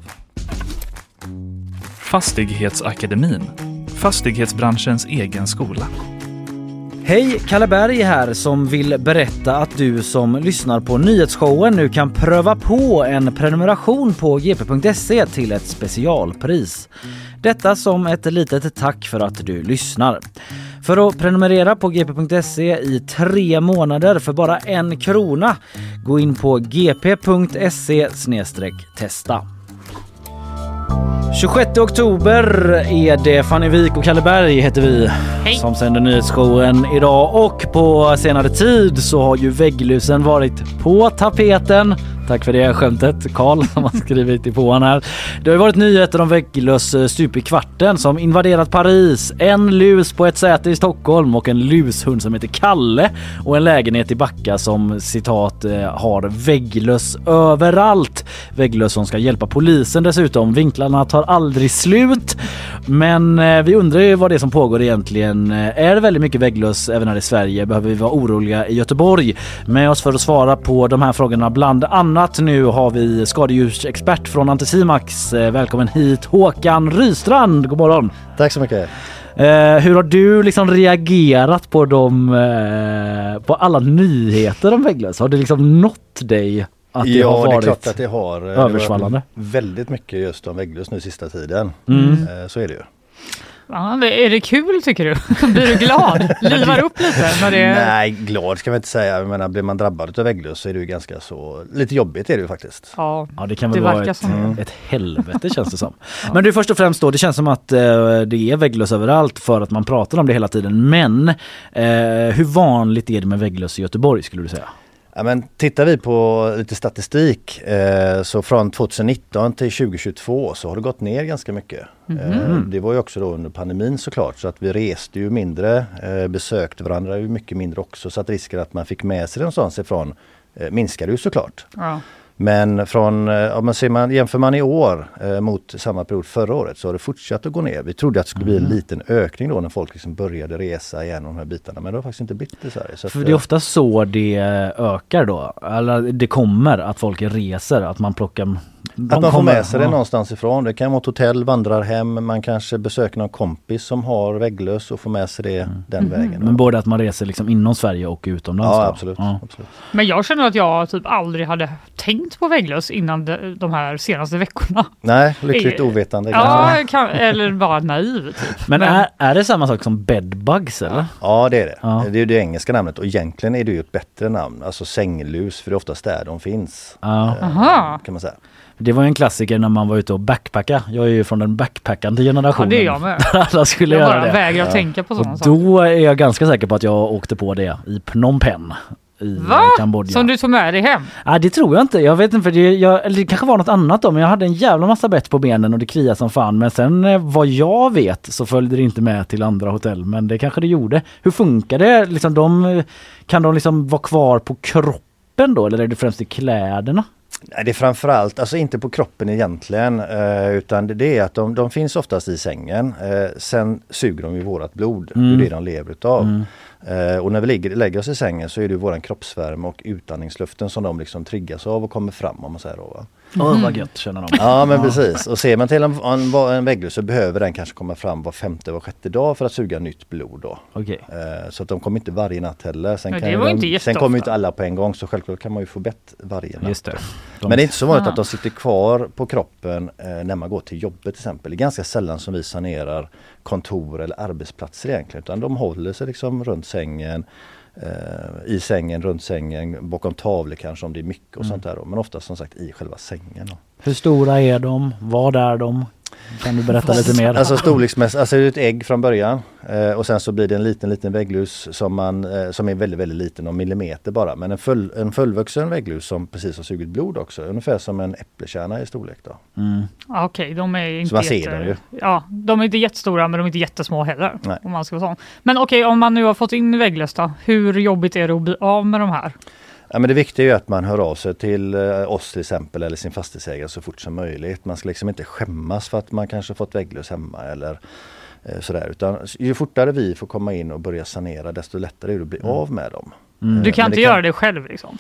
Fastighetsakademin, fastighetsbranschens egen skola. Hej, Kalle Berg här som vill berätta att du som lyssnar på nyhetsshowen nu kan pröva på en prenumeration på g p punkt se till ett specialpris. Detta som ett litet tack för att du lyssnar. För att prenumerera på g p punkt se i tre månader för bara en krona, gå in på g p punkt se slash testa. tjugosjätte oktober är det. Fanny Wik och Kalle Berg heter vi. Hej. Som sänder nyhetsshowen idag. Och på senare tid så har ju vägglusen varit på tapeten. Tack för det skämtet, Karl, som har skrivit i påan här. Det har varit nyheter om vägglöss stup i kvarten som invaderat Paris. En lus på ett säte i Stockholm och en lushund som heter Kalle. Och en lägenhet i Backa som, citat, har vägglöss överallt. Vägglöss som ska hjälpa polisen dessutom. Vinklarna tar aldrig slut. Men vi undrar ju vad det är som pågår egentligen. Är det väldigt mycket vägglöss även här i Sverige? Behöver vi vara oroliga i Göteborg? Med oss för att svara på de här frågorna bland annat annat. Nu har vi skadedjursexpert från Anticimax. Välkommen hit Håkan Rystrand. God morgon. Tack så mycket. Eh, hur har du liksom reagerat på de eh, på alla nyheter om vägglöss? Har det liksom nått dig att det ja, har varit det är klart att det har översvallande? Det väldigt mycket just om vägglöss nu sista tiden. Mm. Eh, så är det ju. Ja, är det kul tycker du? Blir du glad? Livar upp lite? När det... Nej, glad ska man inte säga. Jag menar, blir man drabbad av vägglöss så är det ju ganska så... Lite jobbigt är det ju faktiskt. Ja, ja det kan väl det vara ett, som... ett helvete känns det som. Ja. Men du, först och främst då, det känns som att eh, det är vägglöss överallt för att man pratar om det hela tiden. Men eh, hur vanligt är det med vägglöss i Göteborg skulle du säga? Ja, men tittar vi på lite statistik eh, så från tjugonitton till tjugohundratjugotvå så har det gått ner ganska mycket. Mm-hmm. Eh, det var ju också då under pandemin såklart, så att vi reste ju mindre, eh, besökte varandra ju mycket mindre också, så att risken att man fick med sig det någonstans ifrån eh, minskade ju såklart. Ja. Men från, ja, men ser man, jämför man i år eh, mot samma period förra året så har det fortsatt att gå ner. Vi trodde att det skulle bli en liten ökning då när folk liksom började resa igen de här bitarna, men det har faktiskt inte blivit i Sverige. Så För att, det är ofta så det ökar då, eller det kommer att folk reser, att man plockar... Att man får med sig det någonstans ifrån. Det kan vara ett hotell, vandrar hem, man kanske besöker någon kompis som har vägglöss och får med sig det mm. den mm. vägen. Men både att man reser liksom inom Sverige och utomlands? Ja, då? absolut, ja, absolut. Men jag känner att jag typ aldrig hade tänkt på vägglöss innan de, de här senaste veckorna. Nej, lyckligt ovetande. Ja, kan, eller bara naiv. Typ. Men, Men är, är det samma sak som bedbugs eller? Ja, det är det. Ja. Det är ju det engelska namnet och egentligen är det ju ett bättre namn. Alltså sänglus, för det är oftast där de finns. Ja. Aha. Kan man säga. Det var ju en klassiker när man var ute och backpacka. Jag är ju från den backpackande generationen. Ja, det är jag med. Alla skulle jag göra bara det. vägrar att ja. tänka på sådana och saker. Då är jag ganska säker på att jag åkte på det i Phnom Penh i Va? Kambodja. Som du tog med dig hem? Nej, det tror jag inte. Jag vet inte, för det, jag, eller det kanske var något annat då, men jag hade en jävla massa bett på benen och det kliade som fan. Men sen vad jag vet så följde det inte med till andra hotell, men det kanske det gjorde. Hur funkar det? Liksom de, kan de liksom vara kvar på kroppen då, eller är det främst i kläderna? Nej, det är framförallt, alltså inte på kroppen egentligen, eh, utan det, det är att de, de finns oftast i sängen. Eh, sen suger de ju vårat blod, mm. det är det de lever utav. Mm. Eh, och när vi ligger, lägger oss i sängen så är det ju våran kroppsvärme och utandningsluften som de liksom triggas av och kommer fram, om man säger då, va? Åh, mm. vad gött känner de. Ja, men precis. Och ser man till en, en, en vägglöss så behöver den kanske komma fram var femte, var sjätte dag för att suga nytt blod då. Okay. Eh, så att de kommer inte varje natt heller. Sen, ja, kan det var de, inte sen kommer ju inte alla på en gång, så självklart kan man ju få bett varje natt. Just det. De... Men det är inte så vanligt att de sitter kvar på kroppen eh, när man går till jobbet till exempel. Det är ganska sällan som vi sanerar kontor eller arbetsplatser egentligen, utan de håller sig liksom runt sängen, eh, i sängen, runt sängen, bakom tavlor kanske om det är mycket och mm. sånt där då. Men ofta som sagt i själva sängen. Då. Hur stora är de? Vad är de? Kan du berätta lite mer? Alltså storleksmässigt, alltså det är ett ägg från början eh, och sen så blir det en liten liten vägglus som, man, eh, som är väldigt väldigt liten, någon millimeter bara. Men en, full, en fullvuxen vägglus som precis har sugit blod också, ungefär som en äppelkärna i storlek då. Mm. Okej, okay, de är inte så man jätte... ser dem ju. Ja, de är inte jättestora men de är inte jättesmå heller. Nej. Om man ska vara sån. Men okej, okay, om man nu har fått in vägglöss då, hur jobbigt är det att bli av med de här? Ja, men det viktiga är ju att man hör av sig till oss till exempel eller sin fastighetsägare så fort som möjligt. Man ska liksom inte skämmas för att man kanske fått vägglöss hemma eller eh, sådär. Utan ju fortare vi får komma in och börja sanera desto lättare är det att bli mm. av med dem. Mm. Du kan men inte kan... göra det själv liksom?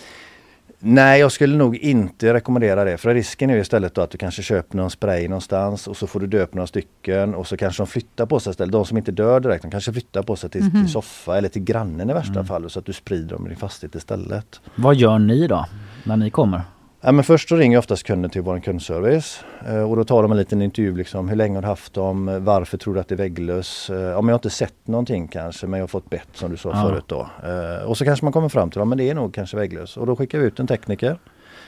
Nej, jag skulle nog inte rekommendera det. För risken är ju istället då att du kanske köper någon spray någonstans och så får du döpa några stycken och så kanske de flyttar på sig istället. De som inte dör direkt, de kanske flyttar på sig till, mm-hmm. till soffa eller till grannen i värsta mm. fall så att du sprider dem i din fastighet istället. Vad gör ni då när ni kommer? Ja, men först så ringer oftast kunden till vår kundservice eh, och då tar de en liten intervju liksom, hur länge har du haft dem, varför tror du att det är vägglöss, eh, ja, men jag har inte sett någonting kanske men jag har fått bett som du sa ja. förut då eh, och så kanske man kommer fram till dem, men det är nog kanske vägglöss och då skickar vi ut en tekniker.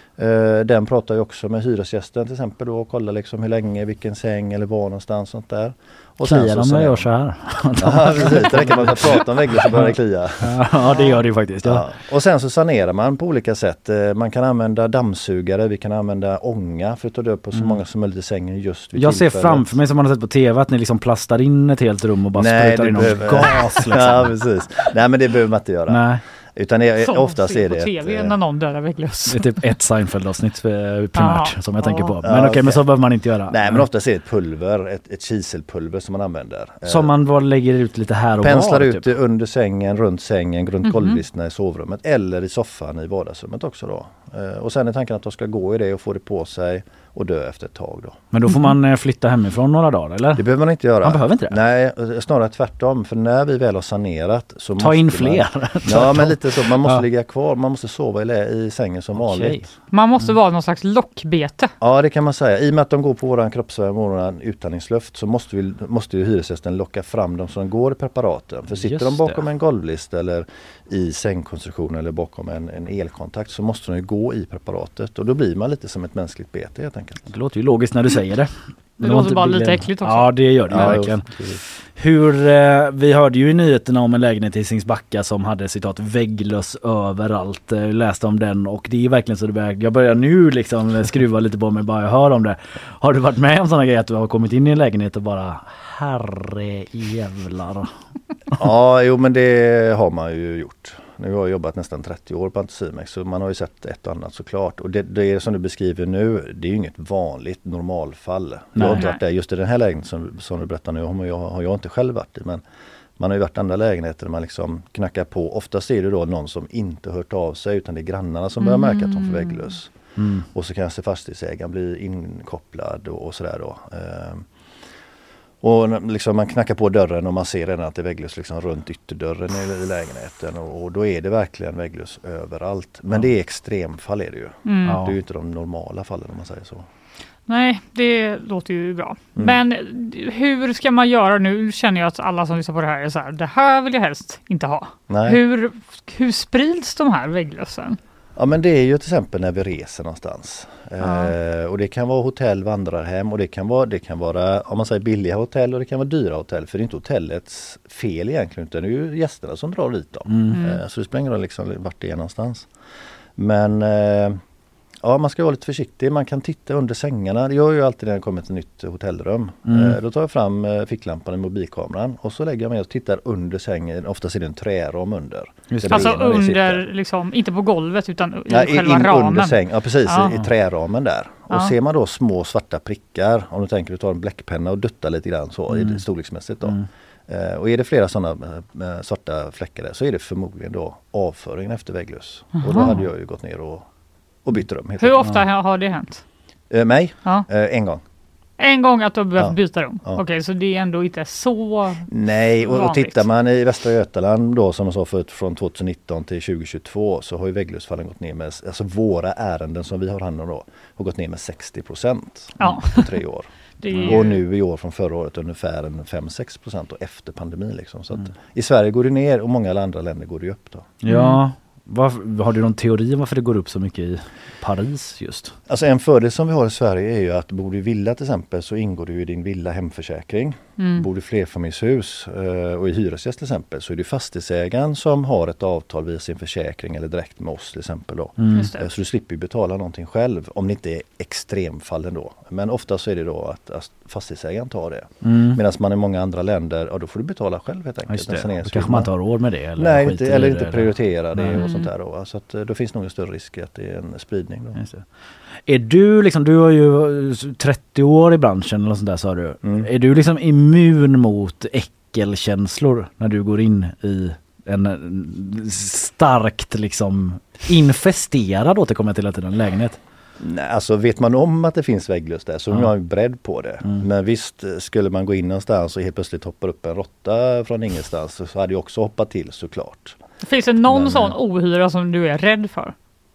Uh, den pratar ju också med hyresgästen till exempel då och kollar liksom hur länge, vilken säng eller var någonstans sånt där. Och kliar sen så de gör så här. Ja, precis. Det räcker med att prata om vägglöss så börjar det klia. Ja, det gör det ju faktiskt. Ja. Ja. Och sen så sanerar man på olika sätt. Man kan använda dammsugare, vi kan använda ånga för att ta död på så mm. många som möjligt i sängen just vid Jag tillfället. ser framför mig som man har sett på tv att ni liksom plastar in ett helt rum och bara Nej, sprutar in behöver... gas. Liksom. Ja, precis. Nej, men det behöver man inte göra. Nej. Utan det, oftast är det på tv ett, när någon dör vägglöss. Det är typ ett Seinfeld-avsnitt primärt ja. som jag tänker på. Men ja, okej, okay, okay. men så behöver man inte göra. Nej, men oftast är det ett pulver, ett, ett kiselpulver som man använder. Som man bara lägger ut lite här och Penslar var. ut typ. under sängen, runt sängen, runt mm-hmm. golvlisterna i sovrummet eller i soffan i vardagsrummet också då. Och sen är tanken att de ska gå i det och få det på sig och dö efter ett tag då. Men då får man flytta hemifrån några dagar, eller? Det behöver man inte göra. Man behöver inte det? Nej, snarare tvärtom. För när vi väl har sanerat så Ta in fler. Man, ja, men lite så. Man måste ja. ligga kvar. Man måste sova i, i sängen som okay. vanligt. Man måste vara någon slags lockbete. Ja, det kan man säga. I och med att de går på våran kroppsvärme och våran utandningsluft så måste, vi, måste ju hyresgästen locka fram dem som går i preparaten. För sitter Just de bakom det. en golvlist eller i sängkonstruktion eller bakom en, en elkontakt så måste de ju gå i preparatet. Och då blir man lite som ett mänskligt bete helt enkelt. Det låter ju logiskt när du säger det. Det låter bara lite äckligt också. Ja, det gör det ja, verkligen. Hur, eh, vi hörde ju i nyheterna om en lägenhet i Singsbacka som hade citat vägglöss överallt. Jag läste om den och det är verkligen så det börjar, jag börjar nu liksom skruva lite på mig bara jag hör om det. Har du varit med om sådana grejer att du har kommit in i en lägenhet och bara herre jävlar? Ja, jo men det har man ju gjort. Nu har jag jobbat nästan trettio år på Anticimex så man har ju sett ett och annat såklart. Och det, det som du beskriver nu, det är ju inget vanligt normalfall. Jag har inte varit där. Just i den här lägenheten som, som du berättar nu har jag, har jag inte själv varit i. Men man har ju varit i andra lägenheter där man liksom knackar på. Oftast är det då någon som inte hört av sig utan det är grannarna som börjar mm. märka att de får vägglöss. Mm. Och så kanske fastighetsägaren blir inkopplad och, och sådär då. Ehm. Och liksom man knackar på dörren och man ser redan att det är vägglöss liksom runt ytterdörren i, i lägenheten och, och då är det verkligen vägglöss överallt. Men ja. det är extremfall är det ju. Mm. Det är ju inte de normala fallen om man säger så. Nej, det låter ju bra. Mm. Men hur ska man göra nu? Känner jag att alla som lyssnar på det här är så här, det här vill jag helst inte ha. Nej. Hur, hur sprids de här vägglössen? Ja men det är ju till exempel när vi reser någonstans. Ja. Eh, och det kan vara hotell, vandrarhem och det kan vara, det kan vara om man säger billiga hotell och det kan vara dyra hotell. För det är inte hotellets fel egentligen utan det är ju gästerna som drar dit dem. Mm. Eh, så det spelar ingen roll liksom vart det är någonstans. Men eh, ja man ska vara lite försiktig. Man kan titta under sängarna. Det gör ju alltid när det kommer ett nytt hotellrum. Mm. Eh, då tar jag fram eh, ficklampan i mobilkameran och så lägger jag mig och tittar under sängen. Oftast är det en träram under. Alltså under, liksom, inte på golvet utan i Nej, själva in ramen. Under säng. Ja precis, ja. I, i träramen där. Och ja. ser man då små svarta prickar, om du tänker du tar en bläckpenna och duttar lite grann så mm. i storleksmässigt då. Mm. Eh, och är det flera sådana eh, svarta fläckar där så är det förmodligen då avföringen efter vägglöss. Aha. Och då hade jag ju gått ner och, och bytt rum. Hur ofta ja. har det hänt? Eh, mig? Ja. Eh, en gång. En gång att du behövt ja. byta rum? Ja. Okej, okay, så det är ändå inte så Nej, och, och tittar man i Västra Götaland då som jag sa förut från tjugonitton till tjugohundratjugotvå så har ju vägglössfallen gått ner med, alltså våra ärenden som vi har hand om då har gått ner med sextio procent ja. på tre år. Ju... Och nu i år från förra året ungefär en fem till sex procent och efter pandemin liksom. Så att mm. i Sverige går det ner och många andra länder går det upp då. Ja. Mm. Var, har du någon teori om varför det går upp så mycket i Paris just? Alltså en fördel som vi har i Sverige är ju att bor du i villa till exempel så ingår du i din villa hemförsäkring. Mm. Bor du i flerfamiljshus och i hyresgäst till exempel så är det fastighetsägaren som har ett avtal via sin försäkring eller direkt med oss till exempel då. Mm. Så du slipper betala någonting själv om det inte är extremfallen då. Men ofta så är det då att, att fastighetsägaren tar det. Mm. Medan man i många andra länder, ja, då får du betala själv helt enkelt. Just det. Då kanske man tar råd med det. Eller Nej, inte, eller inte det, prioritera det mm. och sånt där då. Så att då finns nog en större risk att det är en spridning då. Just det. Är du liksom, du har ju trettio år i branschen eller sånt där sa du. Mm. Är du liksom immun mot äckelkänslor när du går in i en starkt liksom infesterad, återkommer jag till att det är en lägenhet? Nej, alltså vet man om att det finns vägglöss där så är jag beredd på det. Mm. Men visst, skulle man gå in någonstans och helt plötsligt hoppar upp en råtta från ingenstans så hade jag också hoppat till såklart. Finns det någon Men, sån ohyra som du är rädd för?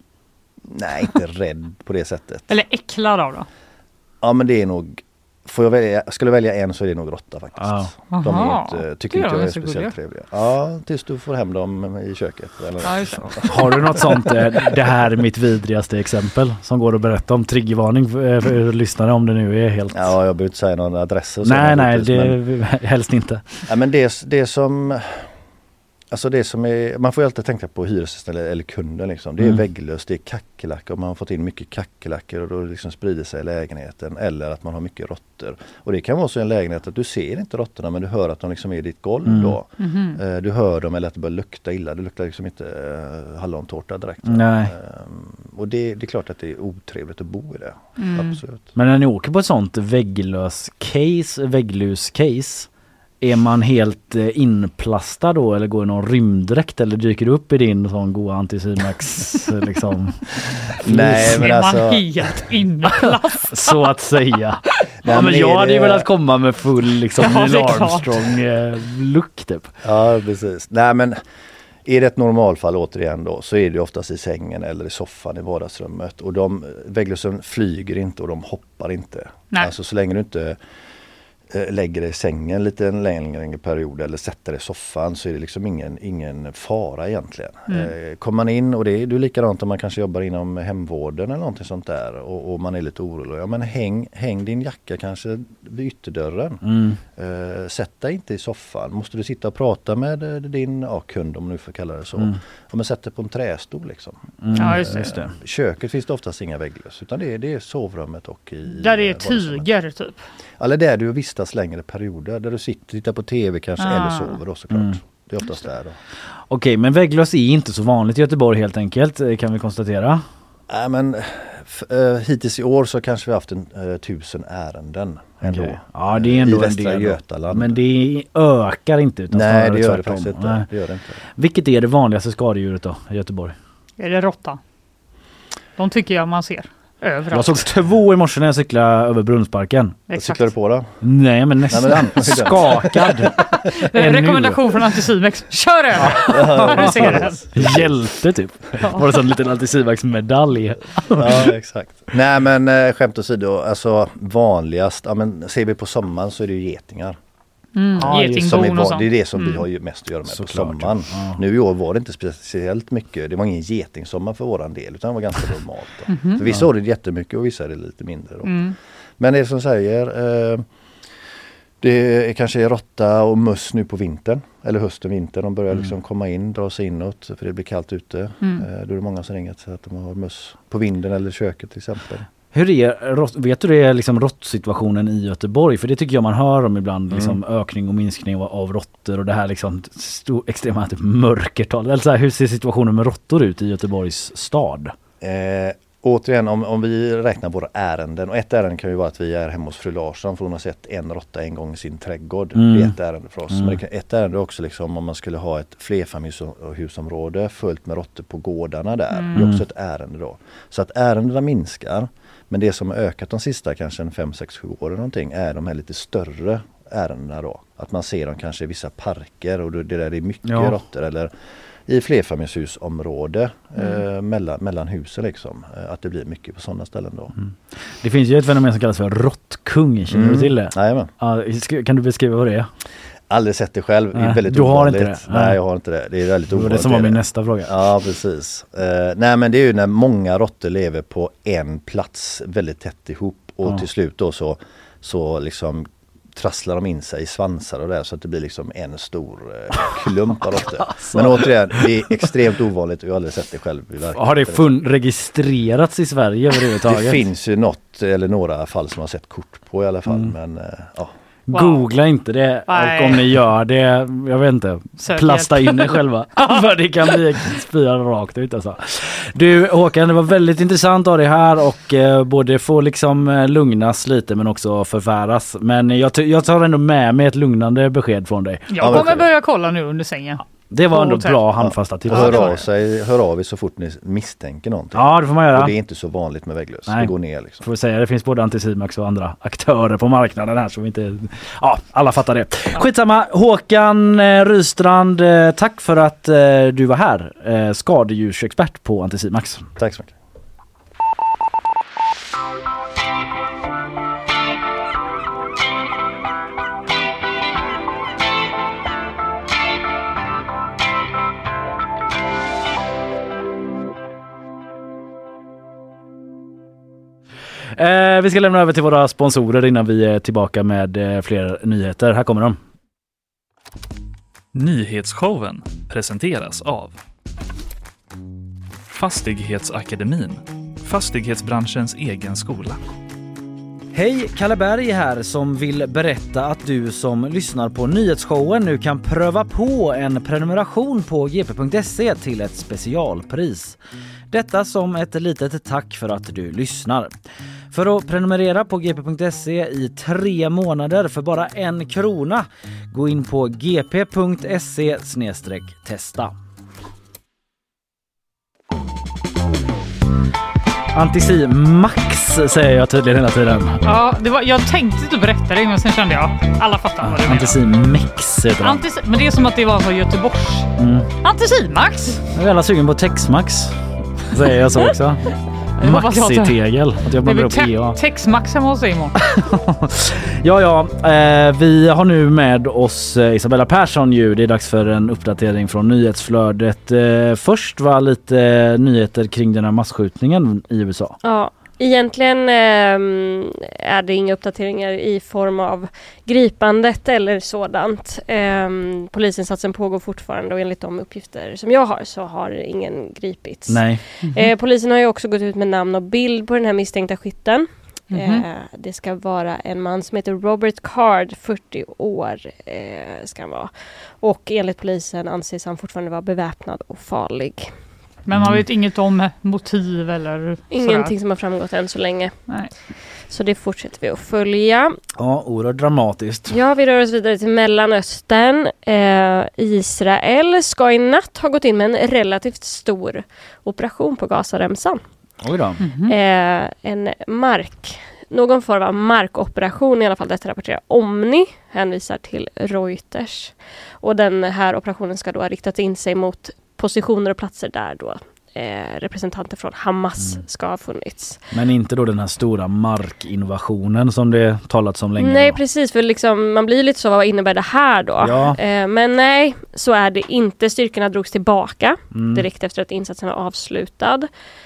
Nej, inte rädd på det sättet. Eller äcklad av då? Ja, men det är nog... Får jag välja, skulle jag välja en så är det nog råtta faktiskt. Ah. De är inte, tycker inte jag är speciellt gulliga. Trevliga. Ja, tills du får hem dem i köket. Eller ja, har du något sånt, det här är mitt vidrigaste exempel som går att berätta om, triggervarning för, för lyssnare om det nu är helt... Ja, jag behöver inte säga någon adress. Och nej, nej, det men, helst inte. Ja, men det, det som... Alltså det som är, man får ju alltid tänka på hyresgästen eller, eller kunden liksom. Det är mm. vägglöst, det är kackerlackor och man har fått in mycket kackerlackor och då liksom sprider sig i lägenheten. Eller att man har mycket råttor. Och det kan vara så i en lägenhet att du ser inte råttorna men du hör att de liksom är i ditt golv mm. då. Mm-hmm. Du hör dem eller att det börjar lukta illa. Det luktar liksom inte uh, hallontårta direkt. Nej. Um, och det, det är klart att det är otrevligt att bo i det. Mm. Absolut. Men när ni åker på ett sånt vägglös case, vägglös case, Är man helt inplastad då eller går i någon rymddräkt eller dyker du upp i din sån goda Anticimex liksom? Nej, men alltså... Är man helt inplastad? Så att säga. Nej, ja, men jag hade ju det... velat komma med full liksom ja, Neil Armstrong-look typ. Ja, precis. Nej, men är det ett normalfall återigen då så är det oftast i sängen eller i soffan i vardagsrummet. Och de vägglössen flyger inte och de hoppar inte. Nej. Alltså så länge du inte lägger dig i sängen lite en längre period eller sätter dig i soffan så är det liksom ingen, ingen fara egentligen. Mm. Eh, kommer man in och det är, det är likadant om man kanske jobbar inom hemvården eller någonting sånt där och, och man är lite orolig. Ja men häng, häng din jacka kanske vid ytterdörren. Mm. Eh, sätt dig inte i soffan. Måste du sitta och prata med din ja, kund om du får kalla det så. Mm. Ja, men sätt dig på en trästol liksom. Mm. Ja just det. Just det. Köket finns det oftast inga vägglöss utan det är, det är sovrummet och i... Där är tyger typ. Eller där du vistas längre perioder. Där du sitter, tittar på tv kanske ah. eller sover då såklart. Mm. Det är oftast där då. Okej, men vägglöss är inte så vanligt i Göteborg helt enkelt, kan vi konstatera. Nej, men f- äh, hittills i år så kanske vi har haft en äh, tusen ärenden ändå. Okay. Ja, det är ändå i Västra en del. Götaland. Men det ökar inte utan Nej, det gör det faktiskt inte. Nej. Det gör det inte. Vilket är det vanligaste skadedjuret då i Göteborg? Är det råtta? De tycker jag man ser. Överallt. Jag såg två i morse när jag cyklade över Brunnsparken. Vad cyklade du på då? Nej, men nästan. Nej, men skakad. En rekommendation från Anticimex. Kör över! Ja, du ser det. Hjälte typ. Ja. Var det sån liten Anticimex-medalj? Ja, exakt. Nej, men äh, skämt åsido. Alltså vanligast, ja, men ser vi på sommaren så är det ju getingar. Mm, ja, getingbon och sånt. Det är det som mm. vi har ju mest att göra med så på klart, sommaren. Ja. Nu i år var det inte speciellt mycket. Det var ingen getingsommar för våran del utan det var ganska normalt. Mm-hmm. För vissa år är det jättemycket och vissa är det lite mindre. Då. Mm. Men det som säger eh, det är kanske råtta och möss nu på vintern. Eller hösten, vintern. De börjar mm. liksom komma in, dra sig inåt för det blir kallt ute. Mm. Eh, då är det många som ringer så att de har möss på vinden eller köket till exempel. Hur är, vet du det är liksom råttsituationen i Göteborg? För det tycker jag man hör om ibland, mm. liksom ökning och minskning av, av råttor och det här liksom stor, extrema typ mörkertal. Eller så här, hur ser situationen med råttor ut i Göteborgs stad? Eh, återigen, om, om vi räknar våra ärenden, och ett ärende kan ju vara att vi är hemma hos fru Larsson för hon har sett en råtta en gång i sin trädgård. Mm. Det är ett ärende för oss. Mm. Men ett ärende också liksom om man skulle ha ett flerfamiljshusområde fullt med råttor på gårdarna där. Mm. Det är också ett ärende då. Så att ärendena minskar. Men det som har ökat de sista kanske en fem, sex, sju åren någonting är de här lite större ärendena då. Att man ser dem kanske i vissa parker och det där är mycket ja. råttor eller i flerfamiljshusområde mm. eh, mellan, mellan husen liksom. Eh, att det blir mycket på sådana ställen då. Mm. Det finns ju ett fenomen som kallas för råttkung, känner mm. du till det? Jajamän. Ja, kan du beskriva vad det är? Aldrig sett det själv. Nej, det är väldigt du har ovanligt. Inte det? Nej, Nej, jag har inte det. Det är väldigt ovanligt. Det var det som var min nästa fråga. Ja, precis. Uh, nej, men det är ju när många råttor lever på en plats väldigt tätt ihop och ja. till slut då så, så liksom trasslar de in sig i svansar och där så att det blir liksom en stor uh, klump av råttor. Alltså. Men återigen, det är extremt ovanligt och jag har aldrig sett det själv. I har det fun- registrerats i Sverige överhuvudtaget? Det finns ju något eller några fall som har sett kort på i alla fall, mm. men uh, ja. Wow. Googla inte det. Nej. Och om ni gör det, jag vet inte, Sök plasta hjälp. in er själva. För det kan bli spira rakt ut alltså. Du Håkan, det var väldigt intressant av dig här och eh, både få liksom lugnas lite men också förfäras. Men jag, t- jag tar ändå med mig ett lugnande besked från dig. Jag kommer börja kolla nu under sängen. Det var ändå bra handfasta tips. Hör av sig, hör av er så fort ni misstänker någonting. Ja, det får man göra. Och det är inte så vanligt med vägglöss. Det går ner liksom. Får vi säga, det finns både Anticimex och andra aktörer på marknaden här så vi inte... Ja, alla fattar det. Skitsamma. Håkan eh, Rystrand, eh, tack för att eh, du var här. Eh, skadedjursexpert på Anticimex. Tack så mycket. Eh, vi ska lämna över till våra sponsorer innan vi är tillbaka med eh, fler nyheter. Här kommer de. Nyhetsshowen presenteras av Fastighetsakademin, fastighetsbranschens egen skola. Hej, Kalle Berg här som vill berätta att du som lyssnar på nyhetsshowen nu kan pröva på en prenumeration på g p punkt se till ett specialpris. Detta som ett litet tack för att du lyssnar. För att prenumerera på g p punkt se i tre månader för bara en krona, gå in på g p punkt se snedstreck testa. Antisi Max säger jag tydligen hela tiden. Ja, det var, jag tänkte inte berätta det, men sen kände jag alla fattar vad det menar. Antisi Max heter Antisi, men det är som att det var från Göteborgs. Mm. Antisi Max. Jag är alla sugen på Tex-Max. Säger jag så också. Maxi-tegel. Att jag blandar upp E A. Tex-Max hemma hos dig imorgon. ja, ja. Eh, vi har nu med oss eh, Isabella Persson ju. Det är dags för en uppdatering från nyhetsflödet. Eh, först var lite eh, nyheter kring den här masskjutningen i U S A. Ja. Egentligen eh, är det inga uppdateringar i form av gripandet eller sådant. Eh, polisinsatsen pågår fortfarande och enligt de uppgifter som jag har så har ingen gripits. Nej. Mm-hmm. Eh, polisen har ju också gått ut med namn och bild på den här misstänkta skytten. Mm-hmm. Eh, det ska vara en man som heter Robert Card, fyrtio år eh, ska han vara. Och enligt polisen anses han fortfarande vara beväpnad och farlig. Men man vet inget om motiv eller ingenting sådär. Som har framgått än så länge. Nej. Så det fortsätter vi att följa. Ja, oerhört dramatiskt. Ja, vi rör oss vidare till Mellanöstern. Eh, Israel ska i natt ha gått in med en relativt stor operation på Gazaremsan. Oj då. Mm-hmm. Eh, en mark, någon form av markoperation i alla fall. Detta rapporterar Omni, hänvisar till Reuters. Och den här operationen ska då ha riktat in sig mot positioner och platser där då eh, representanter från Hamas mm. ska ha funnits. Men inte då den här stora markinvasionen som det talats om länge. Nej, då. precis. För liksom, man blir lite så, vad innebär det här då? Ja. Eh, men nej, så är det inte. Styrkorna drogs tillbaka mm. direkt efter att insatsen var avslutad.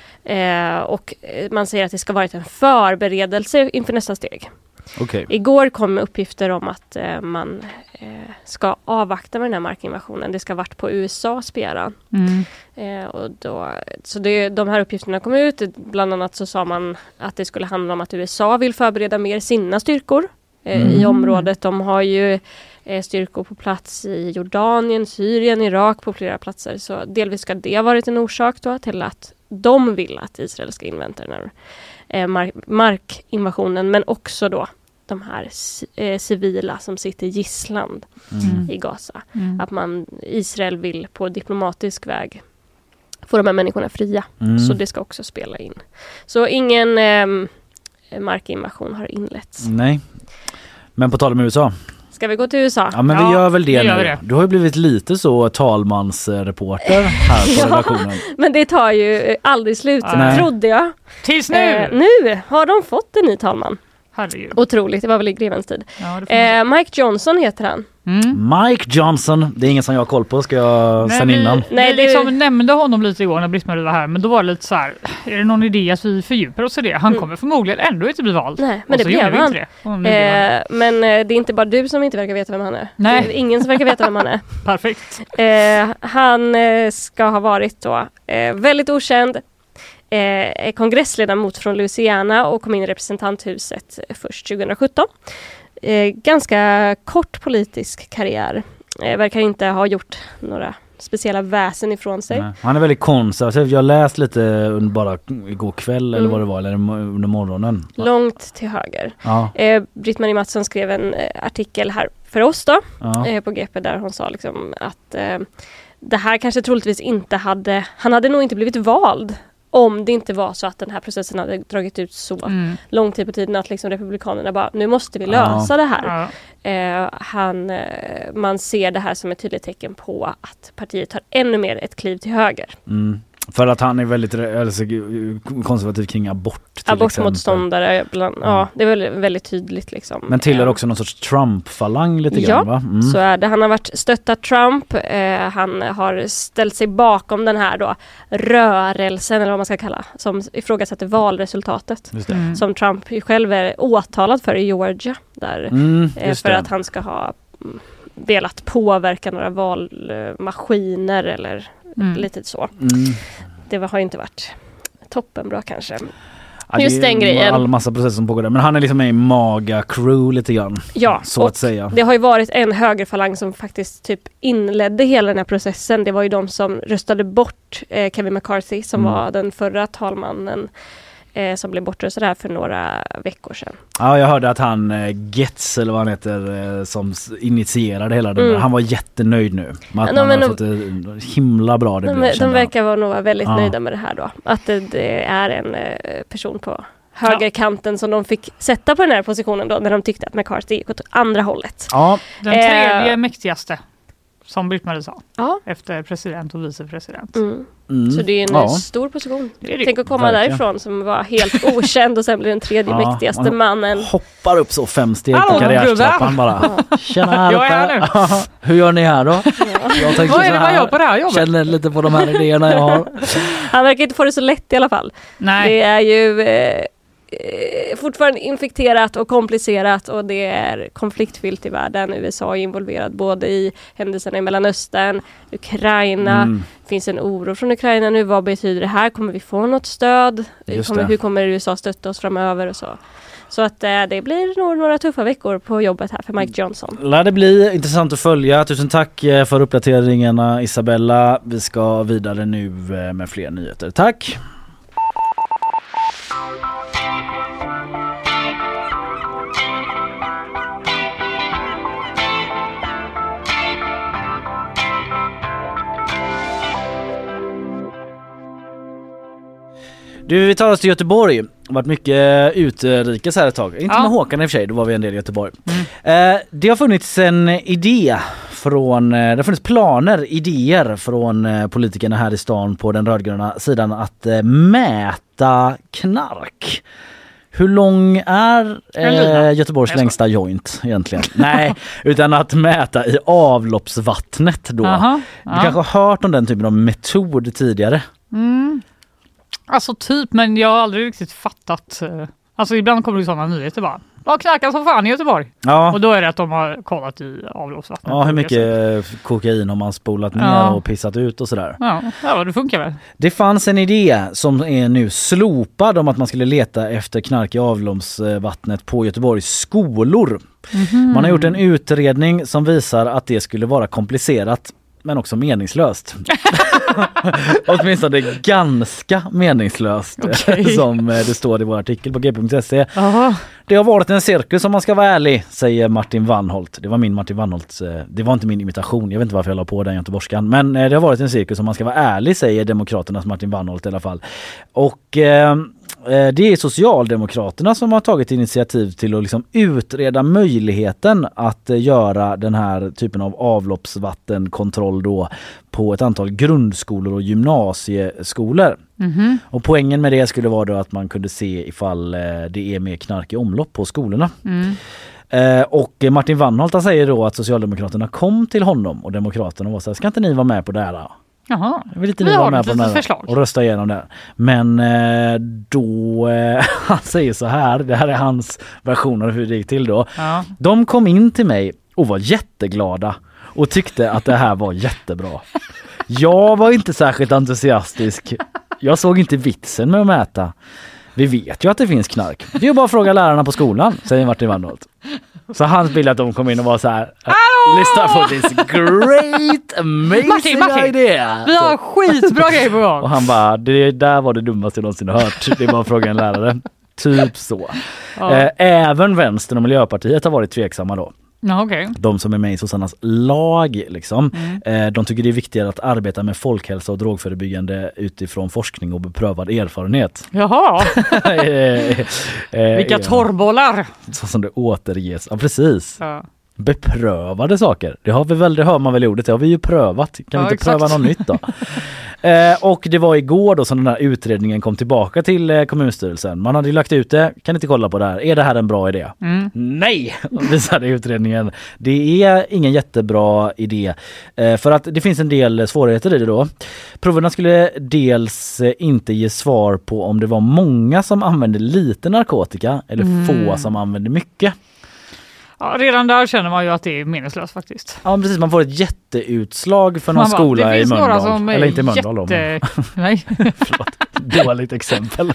Eh, och man säger att det ska varit en förberedelse inför nästa steg. Okay. Igår kom uppgifter om att eh, man eh, ska avvakta med den här markinvasionen. Det ska ha varit på U S A:s begäran. Mm. Eh, och då, så det, de här uppgifterna kom ut. Bland annat så sa man att det skulle handla om att U S A vill förbereda mer sina styrkor eh, mm. i området. De har ju eh, styrkor på plats i Jordanien, Syrien, Irak på flera platser. Så delvis ska det ha varit en orsak då till att de vill att Israel ska invänta den här eh, mark- markinvasionen. Men också då de här eh, civila som sitter gisslan mm. i Gaza. Mm. Att man, Israel vill på diplomatisk väg få de här människorna fria. Mm. Så det ska också spela in. Så ingen eh, markinvasion har inletts. Nej. Men på tal om U S A. Ska vi gå till U S A? Ja, men ja, vi gör väl det, det nu. Det. Du har ju blivit lite så talmansreporter här på ja, redaktionen. Men det tar ju aldrig slut, Nej. trodde jag. Tills nu! Eh, nu har de fått en ny talman. Herregud. Otroligt, det var väl i grevens tid. Ja, eh, Mike Johnson heter han. Mm. Mike Johnson, det är ingen som jag har koll på, ska jag Nej, sen vi, innan. Nej, vi liksom det... nämnde honom lite igår när Britt-Marie var här, men då var det lite så här, är det någon idé att vi fördjupar oss i det? Han mm. kommer förmodligen ändå inte bli vald. Nej, men det blev han. Det. Eh, men eh, det är inte bara du som inte verkar veta vem han är. Nej. Det är ingen som verkar veta vem han är. Perfekt. Eh, han eh, ska ha varit då eh, väldigt okänd. Eh, kongressledamot från Louisiana och kom in i representanthuset först tjugohundrasjutton. Eh, ganska kort politisk karriär. Eh, verkar inte ha gjort några speciella väsen ifrån sig. Nej. Han är väldigt konservativ. Jag har läst lite under bara igår kväll mm. eller vad det var, eller under morgonen. Långt till höger. Ja. Eh, Britt-Marie Mattsson skrev en eh, artikel här för oss då, ja. eh, på G P där hon sa liksom att eh, det här kanske troligtvis inte hade, han hade nog inte blivit vald om det inte var så att den här processen hade dragit ut så mm. lång tid på tiden att liksom republikanerna bara, nu måste vi lösa ja. det här. Ja. Eh, han, eh, man ser det här som ett tydligt tecken på att partiet tar ännu mer ett kliv till höger. Mm. För att han är väldigt alltså, konservativ kring abort. Abortmotståndare. Bland, ja. ja, det är väldigt, väldigt tydligt. Liksom. Men tillhör också någon sorts Trump-falang lite ja, grann, va? Mm. Så är det. Han har varit stöttat Trump. Eh, han har ställt sig bakom den här då, rörelsen, eller vad man ska kalla, som ifrågasätter valresultatet. Mm. Som Trump själv är åtalad för i Georgia. Där, mm, eh, för det. att han ska ha velat påverka några valmaskiner eller mm. lite så. Mm. Det har ju inte varit toppenbra kanske. Ja, just den grejen. All massa processer som pågår där. Men han är liksom med i MAGA-crew lite grann. Ja, så att säga. Det har ju varit en högerfalang som faktiskt typ inledde hela den här processen. Det var ju de som röstade bort eh, Kevin McCarthy som mm. var den förra talmannen eh, som blev bortröstad där för några veckor sedan. Ja, jag hörde att han eh, Getz eller vad han heter eh, som initierade hela den mm. där. Han var jättenöjd nu. Med att ja, man har de, fått det himla bra. Det de, blev, de verkar vara nog väldigt ja. nöjda med det här då. Att det, det är en eh, person på högerkanten ja. som de fick sätta på den här positionen då när de tyckte att McCarthy gick åt andra hållet. Ja. Den tredje eh, mäktigaste som Britt-Marie sa. Ja. Efter president och vicepresident. Mm. Mm. Så det är en ja. stor position. Det det. Tänk att komma verkligen. därifrån som var helt okänd och sen blir den tredje ja, mäktigaste mannen. Hoppar upp så fem steg Hallå, på karriärstrappan bara. Ja. Tjena här jag är här nu. Hur gör ni här då? Ja. Jag tänkte Vad är det man gör på det här jobbet? Känner lite på de här idéerna jag har. Han verkar inte få det så lätt i alla fall. Nej. Det är ju... Eh, fortfarande infekterat och komplicerat och det är konfliktfyllt i världen. U S A är involverad både i händelserna i Mellanöstern, Ukraina. Mm. Det finns en oro från Ukraina nu. Vad betyder det här? Kommer vi få något stöd? Kommer, hur kommer U S A stötta oss framöver och så? Så att eh, det blir nog några tuffa veckor på jobbet här för Mike Johnson. Lär det bli intressant att följa. Tusen tack för uppdateringarna, Isabella. Vi ska vidare nu med fler nyheter. Tack! Du, vi tar oss till Göteborg. Det har varit mycket utrikes här ett tag. Inte ja. med Håkan i och för sig, då var vi en del i Göteborg. Mm. Eh, det har funnits en idé från, det har funnits planer, idéer från eh, politikerna här i stan på den rödgröna sidan att eh, mäta knark. Hur lång är eh, Göteborgs längsta joint egentligen? Nej, utan att mäta i avloppsvattnet då. Aha, du ja. kanske har hört om den typen av metod tidigare? Mm. Alltså typ, men jag har aldrig riktigt fattat. Alltså ibland kommer det sådana nyheter bara. Ja, knarkar som fan i Göteborg. Ja. Och då är det att de har kollat i avloppsvattnet. Ja, hur mycket kokain har man spolat ner ja. och pissat ut och sådär. Ja, ja, det funkar väl. Det fanns en idé som är nu slopad om att man skulle leta efter knark i avloppsvattnet på Göteborgs skolor. Mm-hmm. Man har gjort en utredning som visar att det skulle vara komplicerat men också meningslöst. Åtminstone ganska meningslöst. Okay. Som det står i vår artikel på g punkt se. Aha. Det har varit en cirkus om man ska vara ärlig, säger Martin Wannholt. Det var min Martin Wannholt. Det var inte min imitation. Jag vet inte varför jag la på den göteborgskan. Men det har varit en cirkus om man ska vara ärlig, säger Demokraternas Martin Wannholt i alla fall. Och eh, det är Socialdemokraterna som har tagit initiativ till att liksom utreda möjligheten att göra den här typen av avloppsvattenkontroll då på ett antal grundskolor och gymnasieskolor. Mm-hmm. Och poängen med det skulle vara då att man kunde se ifall det är mer knark i omlopp på skolorna. Mm. Eh, och Martin Wannholt säger då att Socialdemokraterna kom till honom och Demokraterna var så här, ska inte ni vara med på det här? Jaha, jag vill inte ni vara med på det här och rösta igenom det. Men eh, då, eh, han säger så här, det här är hans version av hur det gick till då. Ja. De kom in till mig och var jätteglada och tyckte att det här var jättebra. Jag var inte särskilt entusiastisk. Jag såg inte vitsen med att mäta. Vi vet ju att det finns knark. Det är ju bara att fråga lärarna på skolan, säger Martin Wannholt. Så han vill att de kom in och var så här: lyssna på this great amazing Martin, Martin, idea. Vi har skitbra grejer på gång. Och han bara, det där var det dummaste jag någonsin har hört. Det är bara att fråga en lärare. Typ så. Ja. Även Vänstern och Miljöpartiet har varit tveksamma då. Ja, okay. De som är med i Susannas lag liksom, mm. eh, de tycker det är viktigare att arbeta med folkhälsa och drogförebyggande utifrån forskning och beprövad erfarenhet. Jaha! eh, eh, Vilka torrbollar! Så som det återges. Ja, precis. Ja. Beprövade saker. Det har vi väl, det hör man väl i ordet. Det har vi ju prövat. Kan ja, vi inte exakt. pröva något nytt då? eh, och det var igår då som den här utredningen kom tillbaka till eh, kommunstyrelsen. Man hade ju lagt ut det. Kan inte kolla på det här. Är det här en bra idé? Mm. Nej, visade utredningen. Det är ingen jättebra idé. Eh, för att det finns en del svårigheter i det då. Proverna skulle dels eh, inte ge svar på om det var många som använde lite narkotika eller mm. få som använde mycket. Ja, redan där känner man ju att det är meningslöst faktiskt. Ja, precis. Man får ett jätteutslag för någon bara, skola i Mölndal. Som Eller inte i Mölndal. Jätte... Nej. Förlåt. Dåligt exempel.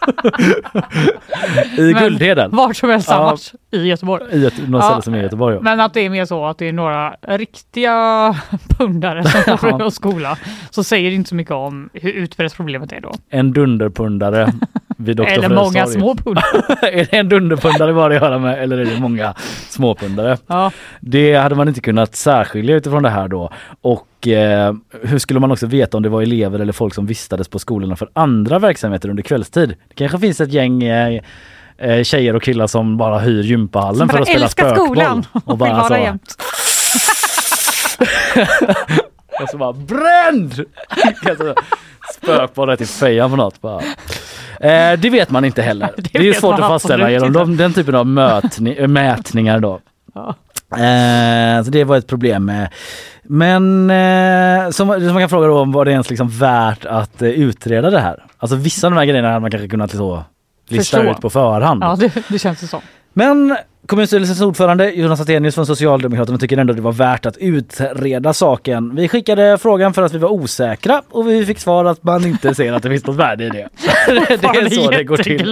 I Guldheden. Vart som helst annars ja, i Göteborg. I Göte- någon ja, som är i Göteborg. Ja. Men att det är mer så att det är några riktiga pundare som får ja. skola. Så säger det inte så mycket om hur utbrett problemet är då. En dunderpundare vid doktor Eller många små pundare. Är det en dunderpundare var det att göra med eller är det många småpundare? Ja. Det hade man inte kunnat särskilja utifrån det här då. Och eh, hur skulle man också veta om det var elever eller folk som vistades på skolorna för andra verksamheter under kvällstid? Det kanske finns ett gäng eh, tjejer och killar som bara hyr gympahallen för att spela spökboll. Skolan. Och bara så. Jämt. Och så bara bränd! Spökboll till fejan på något bara. Eh, det vet man inte heller. Det, det är svårt att fastställa genom de, den typen av mötni, mätningar då. Ja. Eh, så det var ett problem med. Men eh, som, som man kan fråga då om var det ens liksom värt att eh, utreda det här. Alltså vissa av de här grejerna hade man kanske kunnat så lista Förstå. ut på förhand. Ja, det, det känns det så. Men kommunstyrelsens ordförande Jonas Attenius från Socialdemokraterna tycker ändå det var värt att utreda saken. Vi skickade frågan för att vi var osäkra och vi fick svar att man inte ser att det finns något värde i det. Det är så det går till.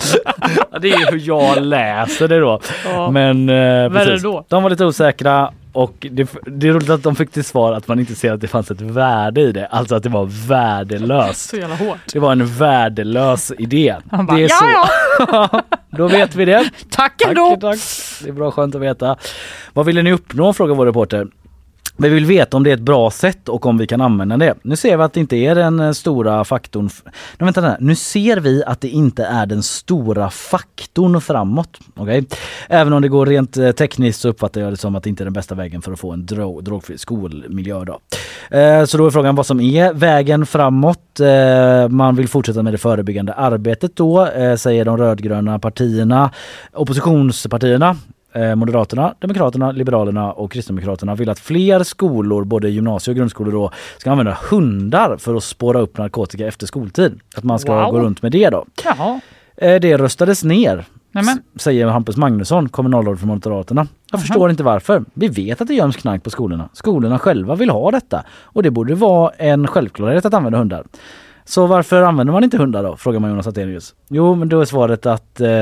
Det är hur jag läser det då. Ja. Men eh, precis. Då? De var lite osäkra och det, det är roligt att de fick till svar att man inte ser att det fanns ett värde i det. Alltså att det var värdelöst. Så jävla hårt. Det var en värdelös idé. Han bara, det är ja, så. Ja. Då vet vi det. Tack ändå. Tack, tack. Det är bra, skönt att veta. Vad ville ni uppnå, frågar vår reporter. Vi vill veta om det är ett bra sätt och om vi kan använda det. Nu ser vi att det inte är den stora faktorn. Nu, vänta där. Nu ser vi att det inte är den stora faktorn framåt. Okay? Även om det går rent tekniskt så uppfattar jag det som att det inte är den bästa vägen för att få en dro- drogfri skolmiljö. Då. Eh, så då är frågan vad som är vägen framåt. Eh, man vill fortsätta med det förebyggande arbetet då, eh, säger de rödgröna partierna, oppositionspartierna. Moderaterna, Demokraterna, Liberalerna och Kristdemokraterna vill att fler skolor, både gymnasie- och grundskolor då, ska använda hundar för att spåra upp narkotika efter skoltid. Att man ska wow. gå runt med det då. Jaha. Det röstades ner, Nämen. säger Hampus Magnusson, kommunalråd för Moderaterna. Jag Aha. förstår inte varför. Vi vet att det göms knark på skolorna. Skolorna själva vill ha detta. Och det borde vara en självklarhet att använda hundar. Så varför använder man inte hundar då? Frågar man Jonas Attenius. Jo, men då är svaret att eh,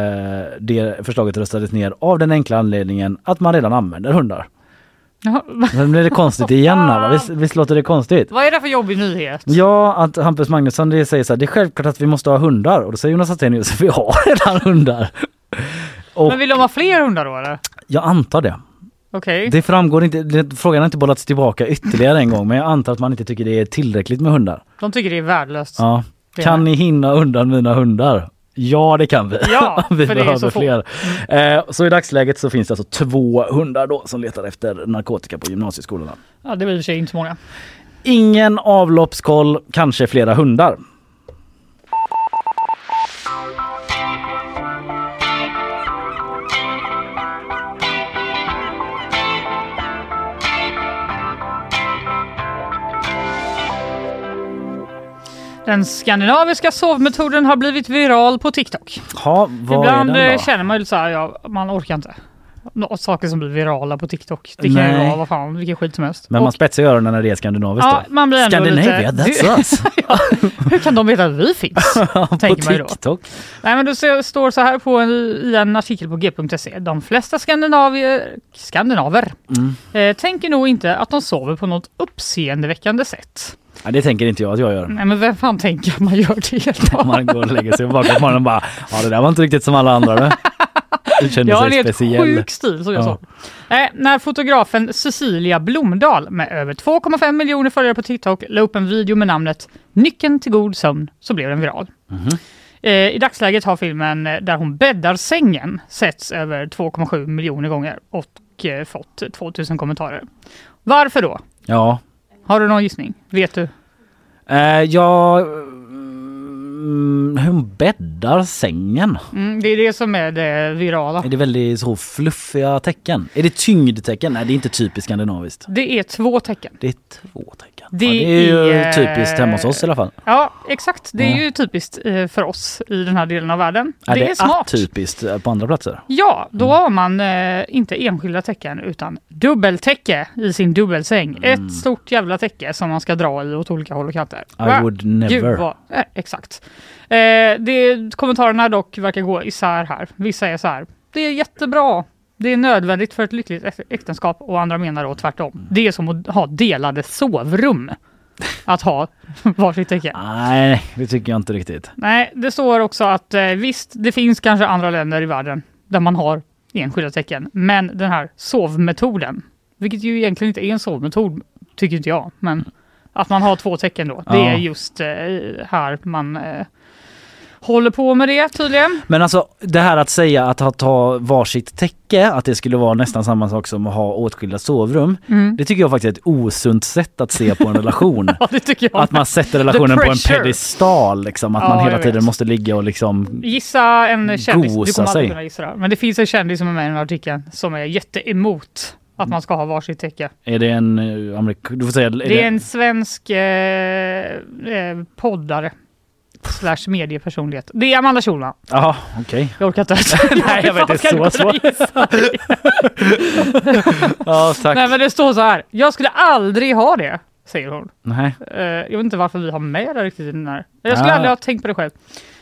det förslaget röstades ner av den enkla anledningen att man redan använder hundar. Ja. Men blir det konstigt igen va? Visst, visst låter det konstigt? Vad är det för jobbig nyhet? Ja, att Hampus Magnusson det säger så här, det är självklart att vi måste ha hundar. Och då säger Jonas Attenius, vi har redan hundar. Och, men vill de ha fler hundar då eller? Jag antar det. Okay. Det framgår inte, det, frågan har inte bollats tillbaka ytterligare en gång, men jag antar att man inte tycker det är tillräckligt med hundar. De tycker det är värdelöst. Ja. Kan ni hinna undan mina hundar? Ja, det kan vi. Ja, vi för behöver det är så fler. Mm. Eh, så i dagsläget så finns det alltså två hundar då som letar efter narkotika på gymnasieskolorna. Ja, det blir i och för sig inte så många. Ingen avloppskoll, kanske flera hundar. Den skandinaviska sovmetoden har blivit viral på TikTok. Ja, vad Ibland är den då? känner man ju så här, ja, man orkar inte. Något saker som blir virala på TikTok. Det kan Nej. ju vara vad fan, vilken skit som helst. Men man spetsar ju öronen när det är skandinaviskt ja, då. Man blir ändå Scandinavia, lite... that's us. ja, hur kan de veta att vi finns? på tänker man ju då. TikTok. Nej, men det står så här på en, i en artikel på g punkt se. De flesta skandinavier, skandinaver mm. eh, tänker nog inte att de sover på något uppseendeväckande sätt. Ja, det tänker inte jag att jag gör. Nej, men vem fan tänker att man gör det då? Man går och lägger sig bakom morgonen och bara, ja det där var inte riktigt som alla andra. Det. Jag har en helt sjuk stil som jag ja. sa. Eh, när fotografen Cecilia Blomdahl med över två komma fem miljoner följare på TikTok la upp en video med namnet Nyckeln till god sömn så blev den viral. Mm-hmm. Eh, I dagsläget har filmen där hon bäddar sängen setts över två komma sju miljoner gånger och eh, fått tvåtusen kommentarer. Varför då? Ja. Har du någon gissning? Vet du? Eh, ja... Mm, hon bäddar sängen? Mm, det är det som är det virala. Är det väldigt så fluffiga tecken? Är det tyngdtecken? Nej, det är inte typiskt skandinaviskt. Det är två tecken. Det är två tecken. Det, ja, det är ju är, typiskt hemma hos oss i alla fall. Ja, exakt. Det är ja. ju typiskt eh, för oss i den här delen av världen. Är det, det är smart. typiskt på andra platser? Ja, då mm. har man eh, inte enskilda tecken utan dubbeltäcke i sin dubbelsäng. Mm. Ett stort jävla täcke som man ska dra i åt olika håll och kanter. I Va? would never. Gud, vad, eh, exakt. Eh, det, kommentarerna dock verkar gå isär här. Vissa är så här, det är jättebra. Det är nödvändigt för ett lyckligt äktenskap och andra menar då tvärtom. Mm. Det är som att ha delade sovrum. Att ha varsitt täcke. Nej, det tycker jag inte riktigt. Nej, det står också att eh, visst, det finns kanske andra länder i världen där man har enskilda tecken. Men den här sovmetoden, vilket ju egentligen inte är en sovmetod, tycker inte jag. Men att man har två tecken då, det ja. är just eh, här man eh, håller på med det tydligen. Men alltså det här att säga att ha ta varsitt täcke, att det skulle vara nästan samma sak som att ha åtskilda sovrum. Mm. Det tycker jag faktiskt är ett osunt sätt att se på en relation. Ja, det tycker jag. Att man sätter relationen på en pedestal liksom, att ja, man hela tiden vet. måste ligga och liksom gissa en kändis, du kommer aldrig kunna gissa det. Men det finns en kändis som är med i den här artikeln som är jätteemot att man ska ha varsitt täcke. Är det en uh, amerik- du får säga, är det är det en svensk eh, eh, poddare slash mediepersonlighet. Det är Amanda Schulman. Jaha, okej. Okay. Jag orkar inte. Nej, jag vet, det är så svårt. Ja, tack. Nej, men det står så här. Jag skulle aldrig ha det, säger hon. Nej. Uh, jag vet inte varför vi har med det riktigt i den här. Jag skulle ja. aldrig ha tänkt på det själv.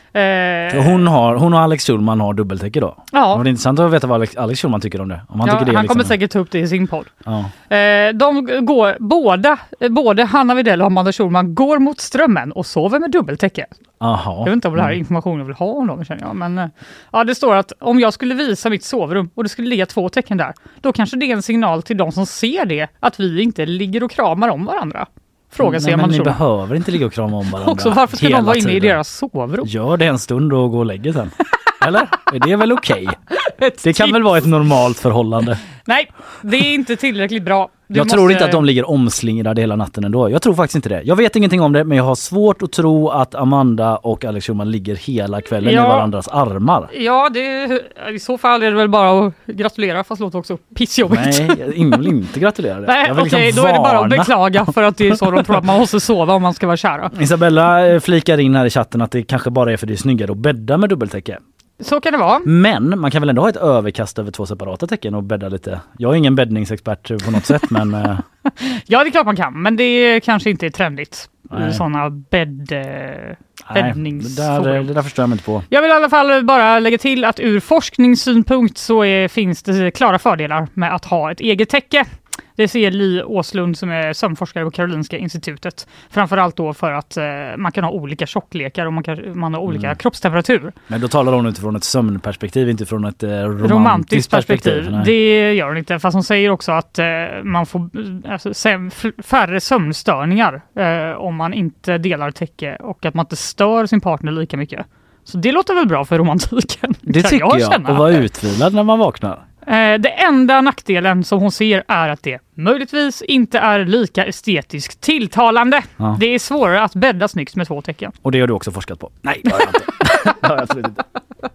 Uh, hon, har, hon och Alex Schulman har dubbeltäcke då. Ja. Det är intressant att veta vad Alex, Alex Schulman tycker om det. Om han ja, tycker det han liksom kommer säkert ta upp det i sin podd. Ja. Uh, de går, båda, både Hanna Widell och Amanda Schulman går mot strömmen och sover med dubbeltäcke. Aha. Jag vet inte om det här är information jag vill ha om dem, känner jag. Men uh, ja, det står att om jag skulle visa mitt sovrum och det skulle ligga två tecken där, då kanske det är en signal till de som ser det att vi inte ligger och kramar om varandra. Fråga sig Nej, om men man ni behöver inte ligga och krama om varandra. Också varför ska de vara inne tiden. i deras sovrum? Gör det en stund och gå och lägga sen. Eller? Är det väl okej? Okay? Det kan väl vara ett normalt förhållande? Nej, det är inte tillräckligt bra. Du jag måste... tror inte att de ligger omslingrade hela natten ändå. Jag tror faktiskt inte det. Jag vet ingenting om det, men jag har svårt att tro att Amanda och Alex Schulman ligger hela kvällen ja. i varandras armar. Ja, det, i så fall är det väl bara att gratulera, fast låter också pissjobbigt. Nej, ingen vill inte gratulera det. Nej, okej, okay, liksom då är det bara att beklaga för att det är så de tror att man måste sova om man ska vara kära. Isabella flikar in här i chatten att det kanske bara är för det är snyggare att bädda med dubbeltäcke. Så kan det vara. Men man kan väl ändå ha ett överkast över två separata täcken och bädda lite. Jag är ingen bäddningsexpert på något sätt, men... Ja, det är klart man kan, men det är kanske inte är trendigt. Sådana bädd... bäddnings... Nej, det, där, det där förstår jag mig inte på. Jag vill i alla fall bara lägga till att ur forskningssynpunkt så är, finns det klara fördelar med att ha ett eget täcke. Det ser Li Åslund som är sömnforskare på Karolinska institutet. Framförallt då för att eh, man kan ha olika tjocklekar och man, kan, man har olika mm. kroppstemperatur. Men då talar hon utifrån ett sömnperspektiv, inte från ett eh, romantiskt, romantiskt perspektiv. perspektiv. Det gör hon inte, fast hon säger också att eh, man får alltså, färre sömnstörningar eh, om man inte delar täcke och att man inte stör sin partner lika mycket. Så det låter väl bra för romantiken. Det tycker jag, jag att vara utvilad när man vaknar. Det enda nackdelen som hon ser är att det möjligtvis inte är lika estetiskt tilltalande. Ja. Det är svårare att bädda snyggt med två tecken. Och det har du också forskat på? Nej, det har jag inte. Det har jag absolut inte.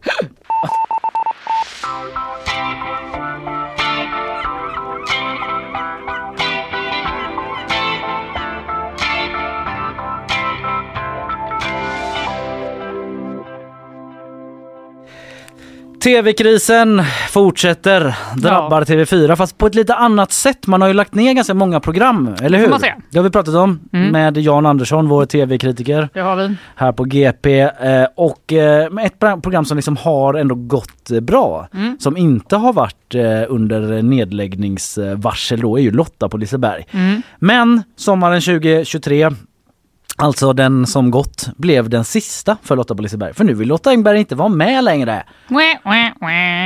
T V-krisen fortsätter, drabbar ja. T V fyra fast på ett lite annat sätt. Man har ju lagt ner ganska många program, eller hur? Det har vi pratat om mm. med Jan Andersson, vår T V-kritiker. Det har vi. Här på G P. Och med ett program som liksom har ändå gått bra. Mm. Som inte har varit under nedläggningsvarsel då är ju Lotta på Liseberg. Mm. Men sommaren tjugo tjugotre... Alltså den som gått blev den sista för Lotta på Liseberg. För nu vill Lotta Engberg inte vara med längre.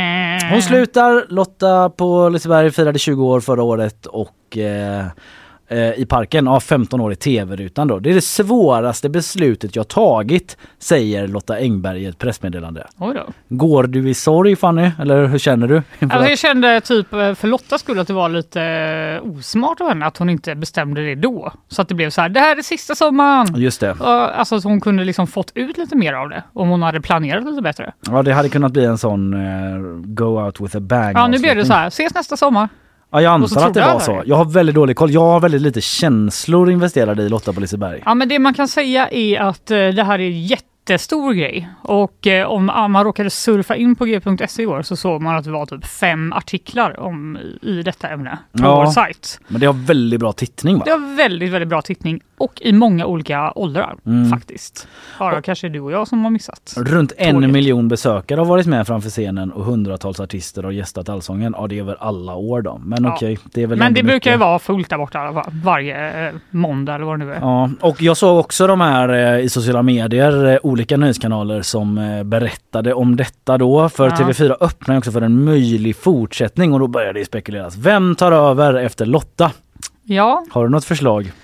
Hon slutar. Lotta på Liseberg firade tjugo år förra året och eh, eh, i parken. Ja, femton år i tv-rutan då. Det är det svåraste beslutet jag tagit, säger Lotta Engberg i ett pressmeddelande. Oj då. Går du i sorg, Fanny? Eller hur känner du? Alltså, jag kände typ för Lotta skulle att det var lite osmart av henne att hon inte bestämde det då. Så att det blev så här, det här är sista sommaren. Just det. Alltså så hon kunde liksom fått ut lite mer av det om hon hade planerat lite bättre. Ja, det hade kunnat bli en sån uh, go out with a bang. Ja, nu blir det så här, ses nästa sommar. Ja, jag antar att det var så. Jag har väldigt dålig koll. Jag har väldigt lite känslor investerade i Lotta på Liseberg. Ja, men det man kan säga är att uh, det här är jättestor grej. Och uh, om man råkade surfa in på g punkt se igår så såg man att det var typ fem artiklar om i detta ämne på ja, vår sajt. Men det har väldigt bra tittning, va? Det har väldigt, väldigt bra tittning. Och i många olika åldrar mm. faktiskt. Bara och kanske du och jag som har missat. Runt en tåget. Miljon besökare har varit med framför scenen och hundratals artister har gästat Allsången. Ja, det är väl alla år då. Men ja. okej, det är väl Men det brukar mycket. ju vara fullt där borta varje eh, måndag eller vad det nu är. Ja, och jag såg också de här eh, i sociala medier, eh, olika nöjeskanaler som eh, berättade om detta då. För ja. T V fyra öppnar också för en möjlig fortsättning och då börjar det spekuleras. Vem tar över efter Lotta? Ja. Har du något förslag?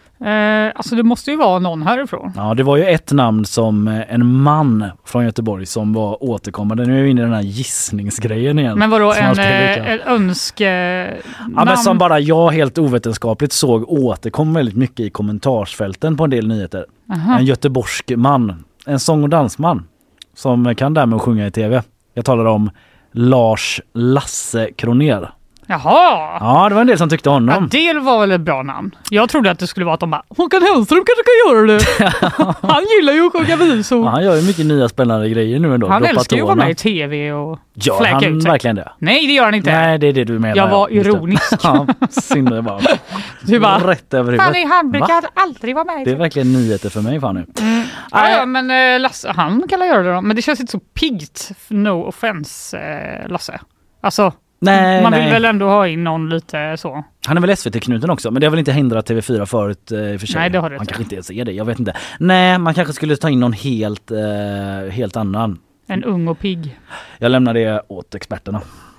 Eh, alltså det måste ju vara någon härifrån. Ja, det var ju ett namn som en man från Göteborg som var återkommande. Nu är vi inne i den här gissningsgrejen igen. Men vadå, en, en önske ja, men som bara jag helt ovetenskapligt såg återkom väldigt mycket i kommentarsfälten på en del nyheter. Aha. En göteborgsk man, en sång- och dansman som kan därmed sjunga i tv. Jag talar om Lars Lasse Kronér. Jaha! Ja, det var en del som tyckte honom. Ja, det var väl ett bra namn. Jag trodde att det skulle vara att de bara, Håkan Hellström kanske kan göra det. Han gillar ju att sjunga visor. Ja, han gör ju mycket nya spännande grejer nu ändå. Han älskar ju att vara med i tv och gör fläcka han ut sig. Verkligen det? Nej, det gör han inte. Nej, det är det du menar. Jag var ironisk. Ja, synd det bara. Du bara, rätt över huvudet. Fanny, han brukar aldrig vara med. Det är verkligen nyheter för mig, Fanny. Mm. Ja, ja, men äh, Lasse, han kan göra det då. Men det känns inte så piggt. No offense, äh, Lasse. Alltså... Nej, man vill nej. väl ändå ha in någon lite så. Han är väl S V T-knuten också, men det har väl inte hindrat T V fyra förut eh, i och för sig. Nej, det har det man inte. kanske inte ens ser det, jag vet inte. Nej, man kanske skulle ta in någon helt, eh, helt annan. En ung och pigg. Jag lämnar det åt experterna.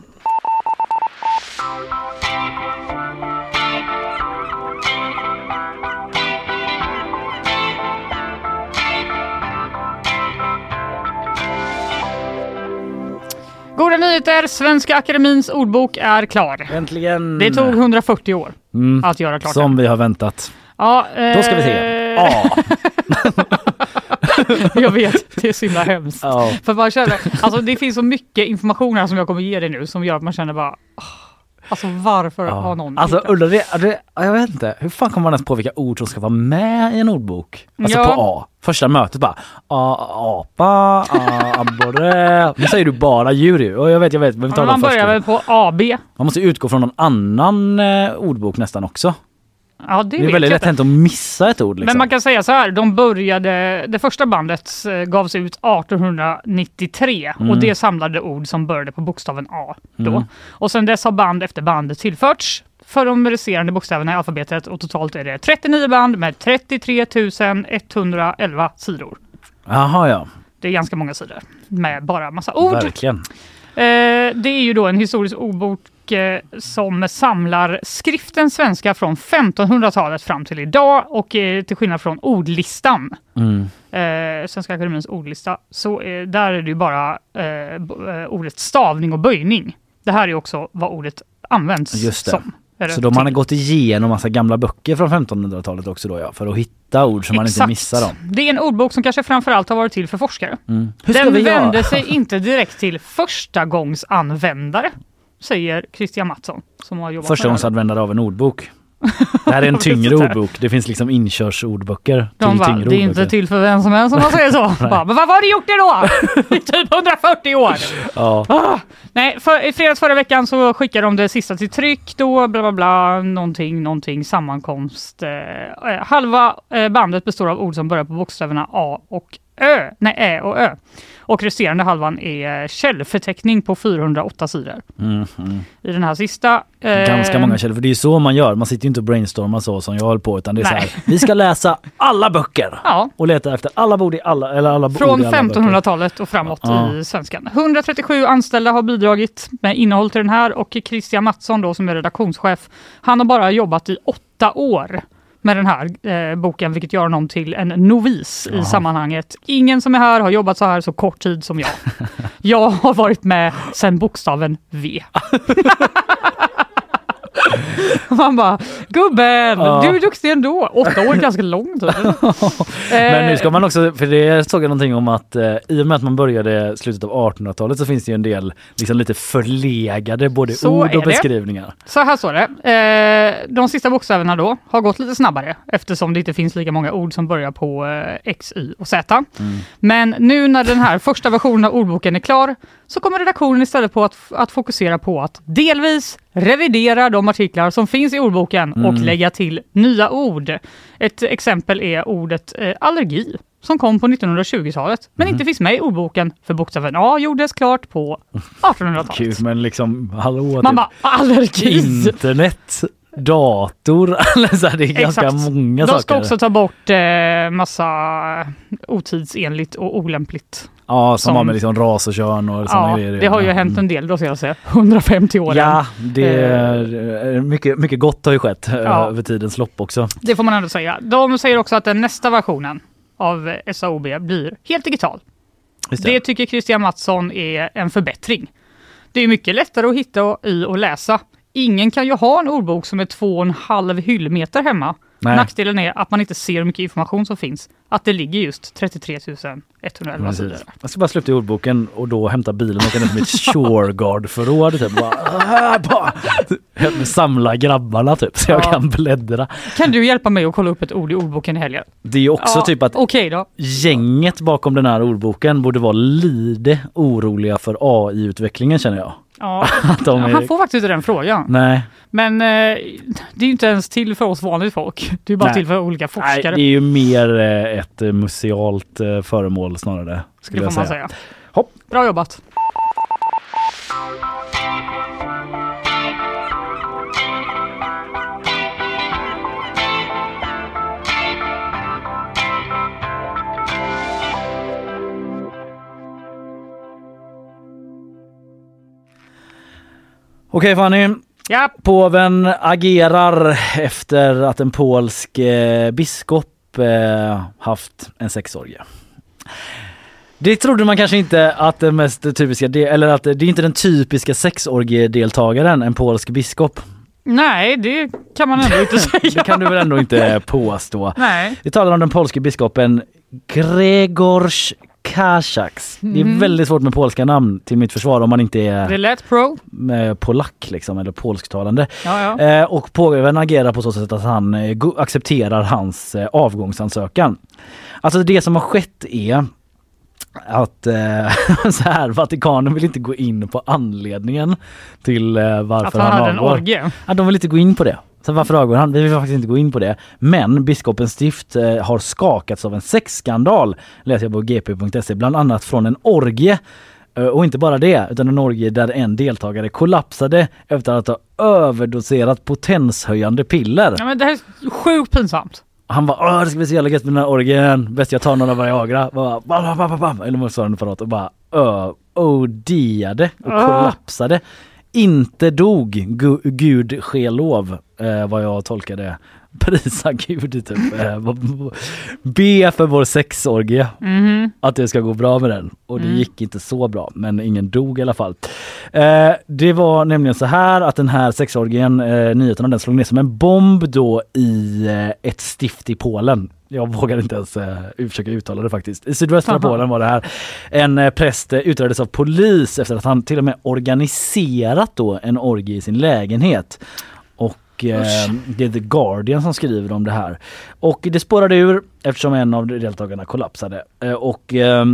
Goda nyheter, Svenska Akademins ordbok är klar. Äntligen. Det tog hundrafyrtio år mm, att göra klart. Som vi har väntat. Ja, eh... Då ska vi se. A. Jag vet, det är så himla hemskt. Ja. För man känner, alltså det finns så mycket information här som jag kommer ge dig nu som gör att man känner bara... Alltså varför ja. har någon... Alltså undrar det, det, jag vet inte, hur fan kommer man ens på vilka ord som ska vara med i en ordbok? Alltså ja. på A. Första mötet bara a, apa, a, abborre. Nu säger du bara djur och jag vet, jag vet. Men vi tar man börjar väl på A B. Man måste utgå från någon annan eh, ordbok nästan också. Ja, det, det är väldigt lätt hänt att missa ett ord. Liksom. Men man kan säga så här, de började, det första bandet gavs ut arton nittiotre mm. och det samlade ord som började på bokstaven A då. Mm. Och sen dess har band efter band tillförts för de resterande bokstäverna i alfabetet och totalt är det trettionio band med trettiotre tusen etthundraelva sidor. Jaha, ja. Det är ganska många sidor med bara massa ord. Verkligen. Eh, det är ju då en historisk ordbok som samlar skriften svenska från femtonhundratalet fram till idag och eh, till skillnad från ordlistan, mm. eh, Svenska Akademins ordlista, så eh, där är det ju bara eh, b- ordet stavning och böjning. Det här är också vad ordet används Just det. som. Så de har gått igenom massa gamla böcker från femtonhundratalet också då, ja, för att hitta ord som Exakt. man inte missar dem. Det är en ordbok som kanske framförallt har varit till för forskare. Mm. Den vänder sig inte direkt till förstagångsanvändare, säger Christian Mattsson som har jobbat förstagångsanvändare av en ordbok. Det här är en tyngre ordbok. Det finns liksom inkörsordböcker De till bara, tyngre det är ordböcker. Inte till för vem som helst som man säger så. Bara, men vad har du gjort det då? I typ hundrafyrtio år. Ja. Ah, nej, för, i fredags förra veckan så skickade de det sista till tryck då, bla bla bla, någonting, någonting, sammankomst. Eh, halva eh, bandet består av ord som börjar på bokstäverna A och Ö. Nej, Ä och Ö. Och resterande halvan är källförteckning på fyrahundraåtta sidor. Mm, mm. I den här sista... Eh, Ganska många källor, för det är så man gör. Man sitter ju inte och brainstormar så som jag håller på, utan det är nej. Så här, vi ska läsa alla böcker ja. och leta efter alla bord i alla, eller alla från ord i alla femtonhundratalet och framåt ja. i svenskan. hundratrettiosju anställda har bidragit med innehåll till den här och Christian Mattsson då som är redaktionschef, han har bara jobbat i åtta åtta år med den här eh, boken, vilket gör honom till en novis Jaha. i sammanhanget. Ingen som är här har jobbat så här så kort tid som jag. Jag har varit med sedan bokstaven V. Man bara, gubben, ja. du är duktig ändå. Åtta år är ganska långt. Men nu ska man också, för det såg jag någonting om att eh, i och med att man började slutet av artonhundratalet så finns det ju en del liksom lite förlegade både så ord och beskrivningar. Så här står det. Eh, de sista bokstäverna då har gått lite snabbare eftersom det inte finns lika många ord som börjar på eh, X, Y och Z. Mm. Men nu när den här första versionen av ordboken är klar så kommer redaktionen istället på att, att fokusera på att delvis revidera de artiklar som finns i ordboken mm. och lägga till nya ord. Ett exempel är ordet eh, allergi som kom på nittonhundratjugotalet men mm. inte finns med i ordboken för bokstaven A gjordes klart på artonhundratalet. Kul, men liksom, hallå. Man typ, bara, allergi! Internet, dator, alltså det är ganska Exakt. många de saker. De ska också ta bort eh, massa otidsenligt och olämpligt. Ja, som, som har med liksom ras och kön och sådana ja, grejer. Det har ju mm. hänt en del då, ska jag säga. hundrafemtio år. Ja, det är mycket, mycket gott har ju skett ja. över tidens lopp också. Det får man ändå säga. De säger också att den nästa versionen av S A O B blir helt digital. Det. det tycker Christian Mattsson är en förbättring. Det är mycket lättare att hitta i och läsa. Ingen kan ju ha en ordbok som är två och en halv hyllmeter hemma. Nej. Nackdelen är att man inte ser hur mycket information som finns. Att det ligger just trettiotre tusen etthundraelva sidor. Jag ska bara sluta i ordboken och då hämta bilen och åka ner till mitt Shoreguard-förråd. Typ. Bara, bara, samla grabbarna typ, så jag ja. kan bläddra. Kan du hjälpa mig att kolla upp ett ord i ordboken i helgen? Det är ju också ja, typ att okay då. gänget bakom den här ordboken borde vara lite oroliga för A I-utvecklingen, känner jag. Ja, är... han får faktiskt inte den frågan. Nej. Men eh, det är ju inte ens till för oss vanligt folk. Det är bara Nej. till för olika forskare. Nej, det är ju mer eh, ett eh, musealt eh, föremål snarare, skulle det jag får man säga. säga. Hopp. Bra jobbat. Okej Fanny, ja. Påven agerar efter att en polsk eh, biskop eh, haft en sexorgie. Det trodde man kanske inte att det mest typiska, de- eller att det är inte den typiska sexorgiedeltagaren, en polsk biskop. Nej, det kan man ändå inte säga. Det kan du väl ändå inte påstå. Nej. Vi talar om den polske biskopen Grzegorz Kaszaks. Mm. Det är väldigt svårt med polska namn till mitt försvar om man inte är det lät pro. polack liksom, eller polsktalande. Ja, ja. Eh, och påven agerar på så sätt att han eh, accepterar hans eh, avgångsansökan. Alltså det som har skett är att eh, så här, Vatikanen vill inte gå in på anledningen till eh, varför att han, han hade en orgie. Ja, de vill inte gå in på det. Så varför avgår han? Vi vill faktiskt inte gå in på det. Men biskopens stift eh, har skakats av en sexskandal, läser jag på g p punkt se, bland annat från en orgie. Uh, och inte bara det, utan en orgie där en deltagare kollapsade efter att ha överdoserat potenshöjande piller. Ja, men det här är sjukt pinsamt. Han var, åh det ska bli så jävla gött med den här orgien. Bäst jag tar några Viagra. Bara, bam, bam, bam, bam. Eller motsvarande förlåt. Och bara odiade och kollapsade. Inte dog, Gu- Gud ske lov, eh, vad jag tolkade. Prisa Gud typ. Eh, be för vår sexorgie mm-hmm. att det ska gå bra med den. Och det mm. gick inte så bra, men ingen dog i alla fall. Eh, det var nämligen så här att den här sexorgien, eh, nyheten den slog ner som en bomb då i eh, ett stift i Polen. Jag vågar inte ens eh, försöka uttala det faktiskt. I sydvästra Aha. Polen var det här. En eh, präst eh, utreddes av polis efter att han till och med organiserat då en orgie i sin lägenhet. Och eh, det är The Guardian som skriver om det här. Och det spårade ur eftersom en av deltagarna kollapsade. Eh, och eh,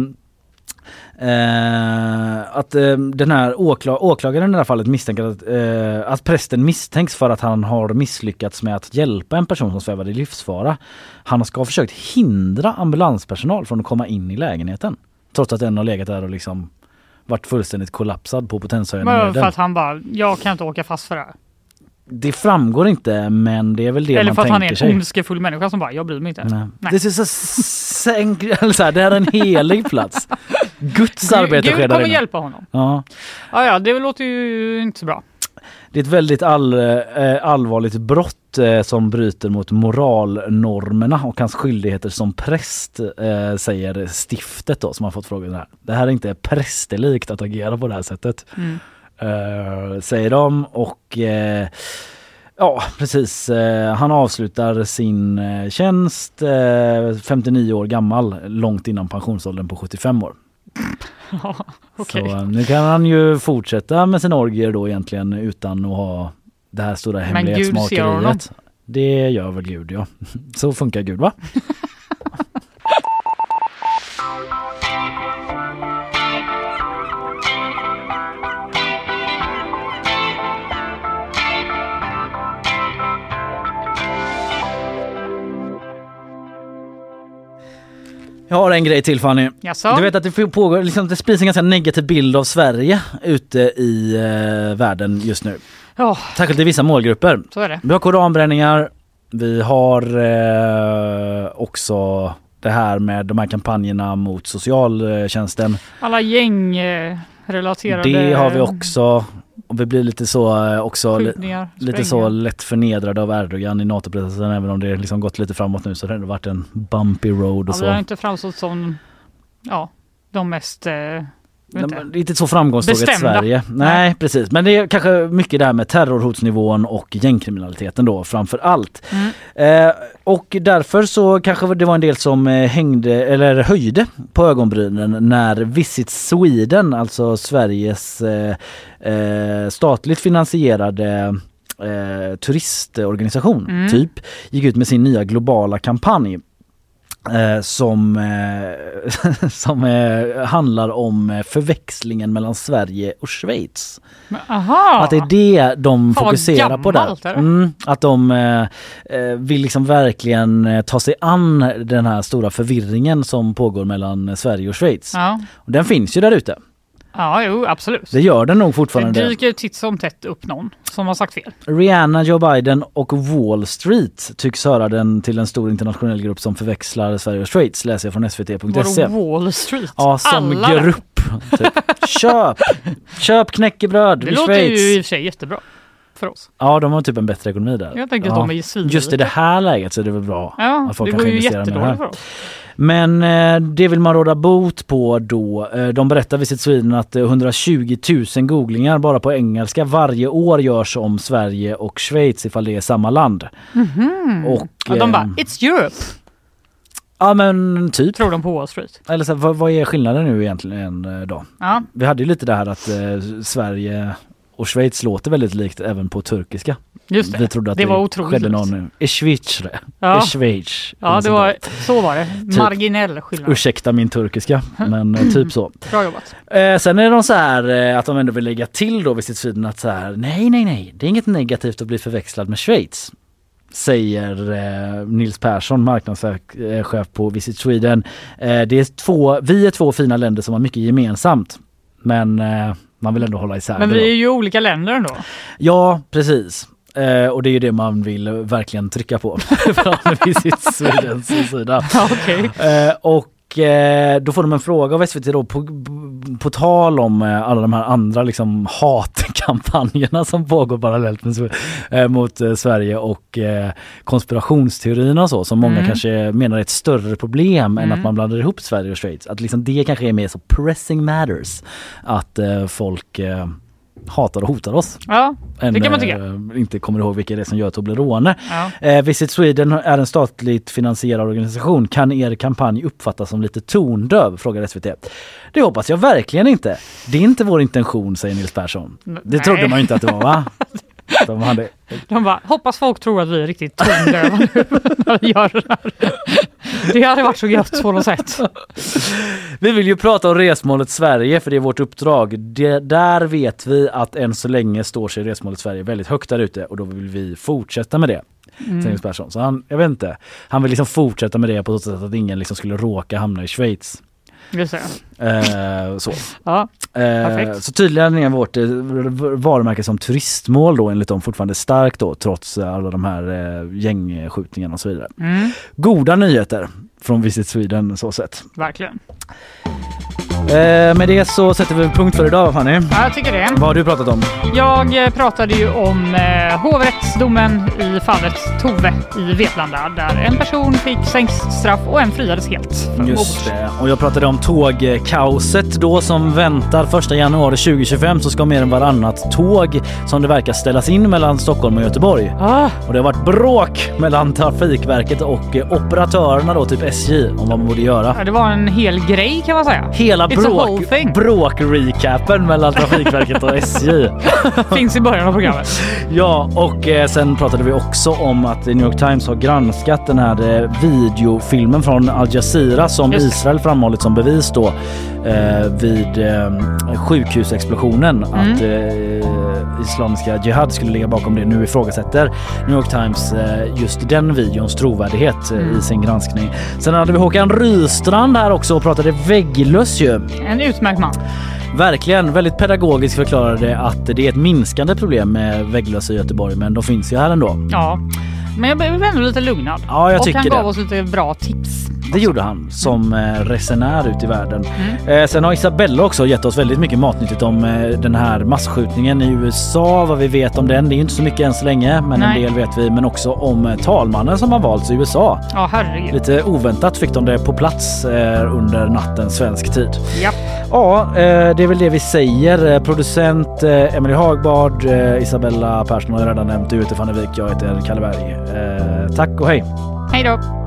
eh, att eh, den här åkla- åklagaren i det här fallet misstänker att, eh, att prästen misstänks för att han har misslyckats med att hjälpa en person som svävade i livsfara. Han ska ha försökt hindra ambulanspersonal från att komma in i lägenheten. Trots att den har legat där och liksom varit fullständigt kollapsad på potenshöjande medel. För att han bara, jag kan inte åka fast för det här. Det framgår inte, men det är väl det Eller man tänker sig. Eller för att han är en ondskefull människa som bara, jag bryr mig inte. Nej. Nej. Det är så sänk, så här, det här är en helig plats. Guds arbete sker där. Gud kommer hjälpa honom. Ja. Ja, ja, det låter ju inte så bra. Det är ett väldigt all, eh, allvarligt brott eh, som bryter mot moralnormerna och hans skyldigheter som präst, eh, säger stiftet då, som har fått frågan här. Det här är inte prästelikt att agera på det här sättet, mm. eh, säger de. Och eh, ja, precis. Eh, han avslutar sin eh, tjänst eh, femtionio år gammal, långt innan pensionsåldern på sjuttiofem år. Ja, okay. Så nu kan han ju fortsätta med sina orgier då egentligen utan att ha det här stora hemlighetsmakeriet. Det gör väl Gud, ja. Så funkar Gud, va? Jag har en grej till, Fanny. Jaså? Du vet att det pågår, liksom, det sprids en ganska negativ bild av Sverige ute i eh, världen just nu. Ja. Särskilt i vissa målgrupper. Så är det. Vi har koranbränningar. Vi har eh, också det här med de här kampanjerna mot socialtjänsten. Alla gängrelaterade... Det har vi också. Och vi blir lite så också skjutningar, lite så lätt förnedrade av Erdogan i NATO-processen, även om det liksom gått lite framåt nu, så det har varit en bumpy road och ja, så. Vi har inte framstått som ja, de mest eh, Det är inte så framgångsrikt i Sverige. Nej, Nej, precis. Men det är kanske mycket det här med terrorhotsnivån och gängkriminaliteten då framför allt. Mm. Eh, och därför så kanske det var en del som hängde eller höjde på ögonbrynen när Visit Sweden, alltså Sveriges eh, eh, statligt finansierade eh, turistorganisation mm. typ, gick ut med sin nya globala kampanj. Eh, som eh, som eh, handlar om förväxlingen mellan Sverige och Schweiz. Aha. Att det är det de Fan, fokuserar på där. Mm, att de eh, vill liksom verkligen ta sig an den här stora förvirringen som pågår mellan Sverige och Schweiz. Ja. Och den finns ju där ute. Ja, jo, absolut. Det gör den nog fortfarande. Det dyker titt som tätt upp någon som har sagt fel. Rihanna, Joe Biden och Wall Street tycks höra den till en stor internationell grupp som förväxlar Sverige och Schweiz, läser jag från S V T punkt se. Wall Street? Ja, som Alla grupp. Typ. Köp! Köp knäckebröd det i låter Schweiz. ju i och för sig jättebra för oss. Ja, de har typ en bättre ekonomi där. Jag tänker ja. att de är svinrika. Just i det här läget så är det väl bra ja, att folk det kan går ju investera med det här. För oss. Men eh, det vill man råda bot på då. Eh, de berättar vid sitt Sweden att eh, hundratjugo tusen googlingar bara på engelska varje år görs om Sverige och Schweiz ifall det är samma land. Mm-hmm. Och, och de bara, it's Europe. Ja, men typ. Tror de på Wall Street. Eller så, vad, vad är skillnaden nu egentligen då? Ja. Vi hade ju lite det här att eh, Sverige och Schweiz låter väldigt likt även på turkiska. Just det. Vi trodde att det, det var otroligt. Skedde någon i Schweiz. Ja. I Schweiz. Ja, det var, så var det. Marginell typ, skillnad. Ursäkta min turkiska, men typ så. Bra jobbat. Eh, sen är de så här eh, att de ändå vill lägga till då vid sitt Sweden att så här, nej, nej, nej. Det är inget negativt att bli förväxlad med Schweiz. Säger eh, Nils Persson, marknadschef på Visit Sweden. Eh, det är två, vi är två fina länder som har mycket gemensamt. Men eh, man vill ändå hålla isär. Men vi är ju olika länder ändå. Ja, precis. Eh, och det är ju det man vill verkligen trycka på från Visit Swedens sida. Okay. Eh, och eh, då får de en fråga av S V T då på, på tal om eh, alla de här andra liksom hatkampanjerna som pågår parallellt med, eh, mot eh, Sverige och eh, konspirationsteorierna och så, som många mm. kanske menar är ett större problem mm. än att man blandar ihop Sverige och Schweiz. Att liksom det kanske är mer så pressing matters att eh, folk eh, hatar och hotar oss. Ja, det än, kan man tycka. Äh, inte kommer ihåg vilka det är som gör Toblerone. Ja. Äh, Visit Sweden är en statligt finansierad organisation. Kan er kampanj uppfattas som lite tondöv? Frågar S V T. Det hoppas jag verkligen inte. Det är inte vår intention, säger Nils Persson. Det Nej. trodde man ju inte att det var, va? De, hade... De bara, hoppas folk tror att vi är riktigt tondöva nu när vi gör det här. Det hade varit så gött på något sätt. Vi vill ju prata om resmålet Sverige, för det är vårt uppdrag. Det, där vet vi att än så länge står sig resmålet Sverige väldigt högt där ute, och då vill vi fortsätta med det. Mm. Persson. Så han, jag vet inte, han vill liksom fortsätta med det på så sätt att ingen liksom skulle råka hamna i Schweiz. Just det. Eh, så. Ja, eh, så tydligen är vårt eh, varumärke som turistmål då enligt dem fortfarande starkt då, trots alla de här eh, gängskjutningarna och så vidare. Mm. Goda nyheter från Visit Sweden så sett. Verkligen. Eh, med det så sätter vi punkt för idag, Fanny. Ja, jag tycker det. Vad har du pratat om? Jag pratade ju om eh, hovrättsdomen i fallet Tove i Vetlanda, där en person fick sänkt straff och en friades helt för Just det. Och jag pratade om tågkaoset då som väntar första januari tjugohundratjugofem, så ska mer än varannat tåg som det verkar ställas in mellan Stockholm och Göteborg. Ah. Och det har varit bråk mellan Trafikverket och eh, operatörerna då, typ S J, om vad man borde göra. Ja, det var en hel grej kan man säga. Hela bråk, bråk-recapen mellan Trafikverket och S J. Finns i början av programmet. Ja, och eh, sen pratade vi också om att New York Times har granskat den här eh, videofilmen från Al Jazeera som Just. Israel framhållit som bevis då eh, vid eh, sjukhusexplosionen. Mm. Att eh, Islamiska Jihad skulle ligga bakom det. Nu ifrågasätter New York Times eh, just den videons trovärdighet eh, mm. i sin granskning. Sen hade vi Håkan Rystrand här också och pratade vägglöss ju. En utmärkt man. Verkligen, väldigt pedagogiskt förklarade att det är ett minskande problem med vägglöss i Göteborg, men de finns ju här ändå. Ja, men jag blev ändå lite lugnad. Ja, jag tycker och han gav det. oss lite bra tips. Det gjorde han som eh, resenär ut i världen. Mm. Eh, sen har Isabella också gett oss väldigt mycket matnyttigt om eh, den här massskjutningen i U S A, vad vi vet om den. Det är ju inte så mycket än så länge, men Nej. en del vet vi. Men också om eh, talmannen som har valts i U S A. Ja, herregud. Lite oväntat fick de det på plats eh, under natten svensk tid. Ja. Ja, eh, det är väl det vi säger. Producent eh, Emily Hagbard, eh, Isabella Persson har jag redan nämnt. Du heter Fanny Wik, jag heter Kalle Berg. Eh, tack och hej. Hej då.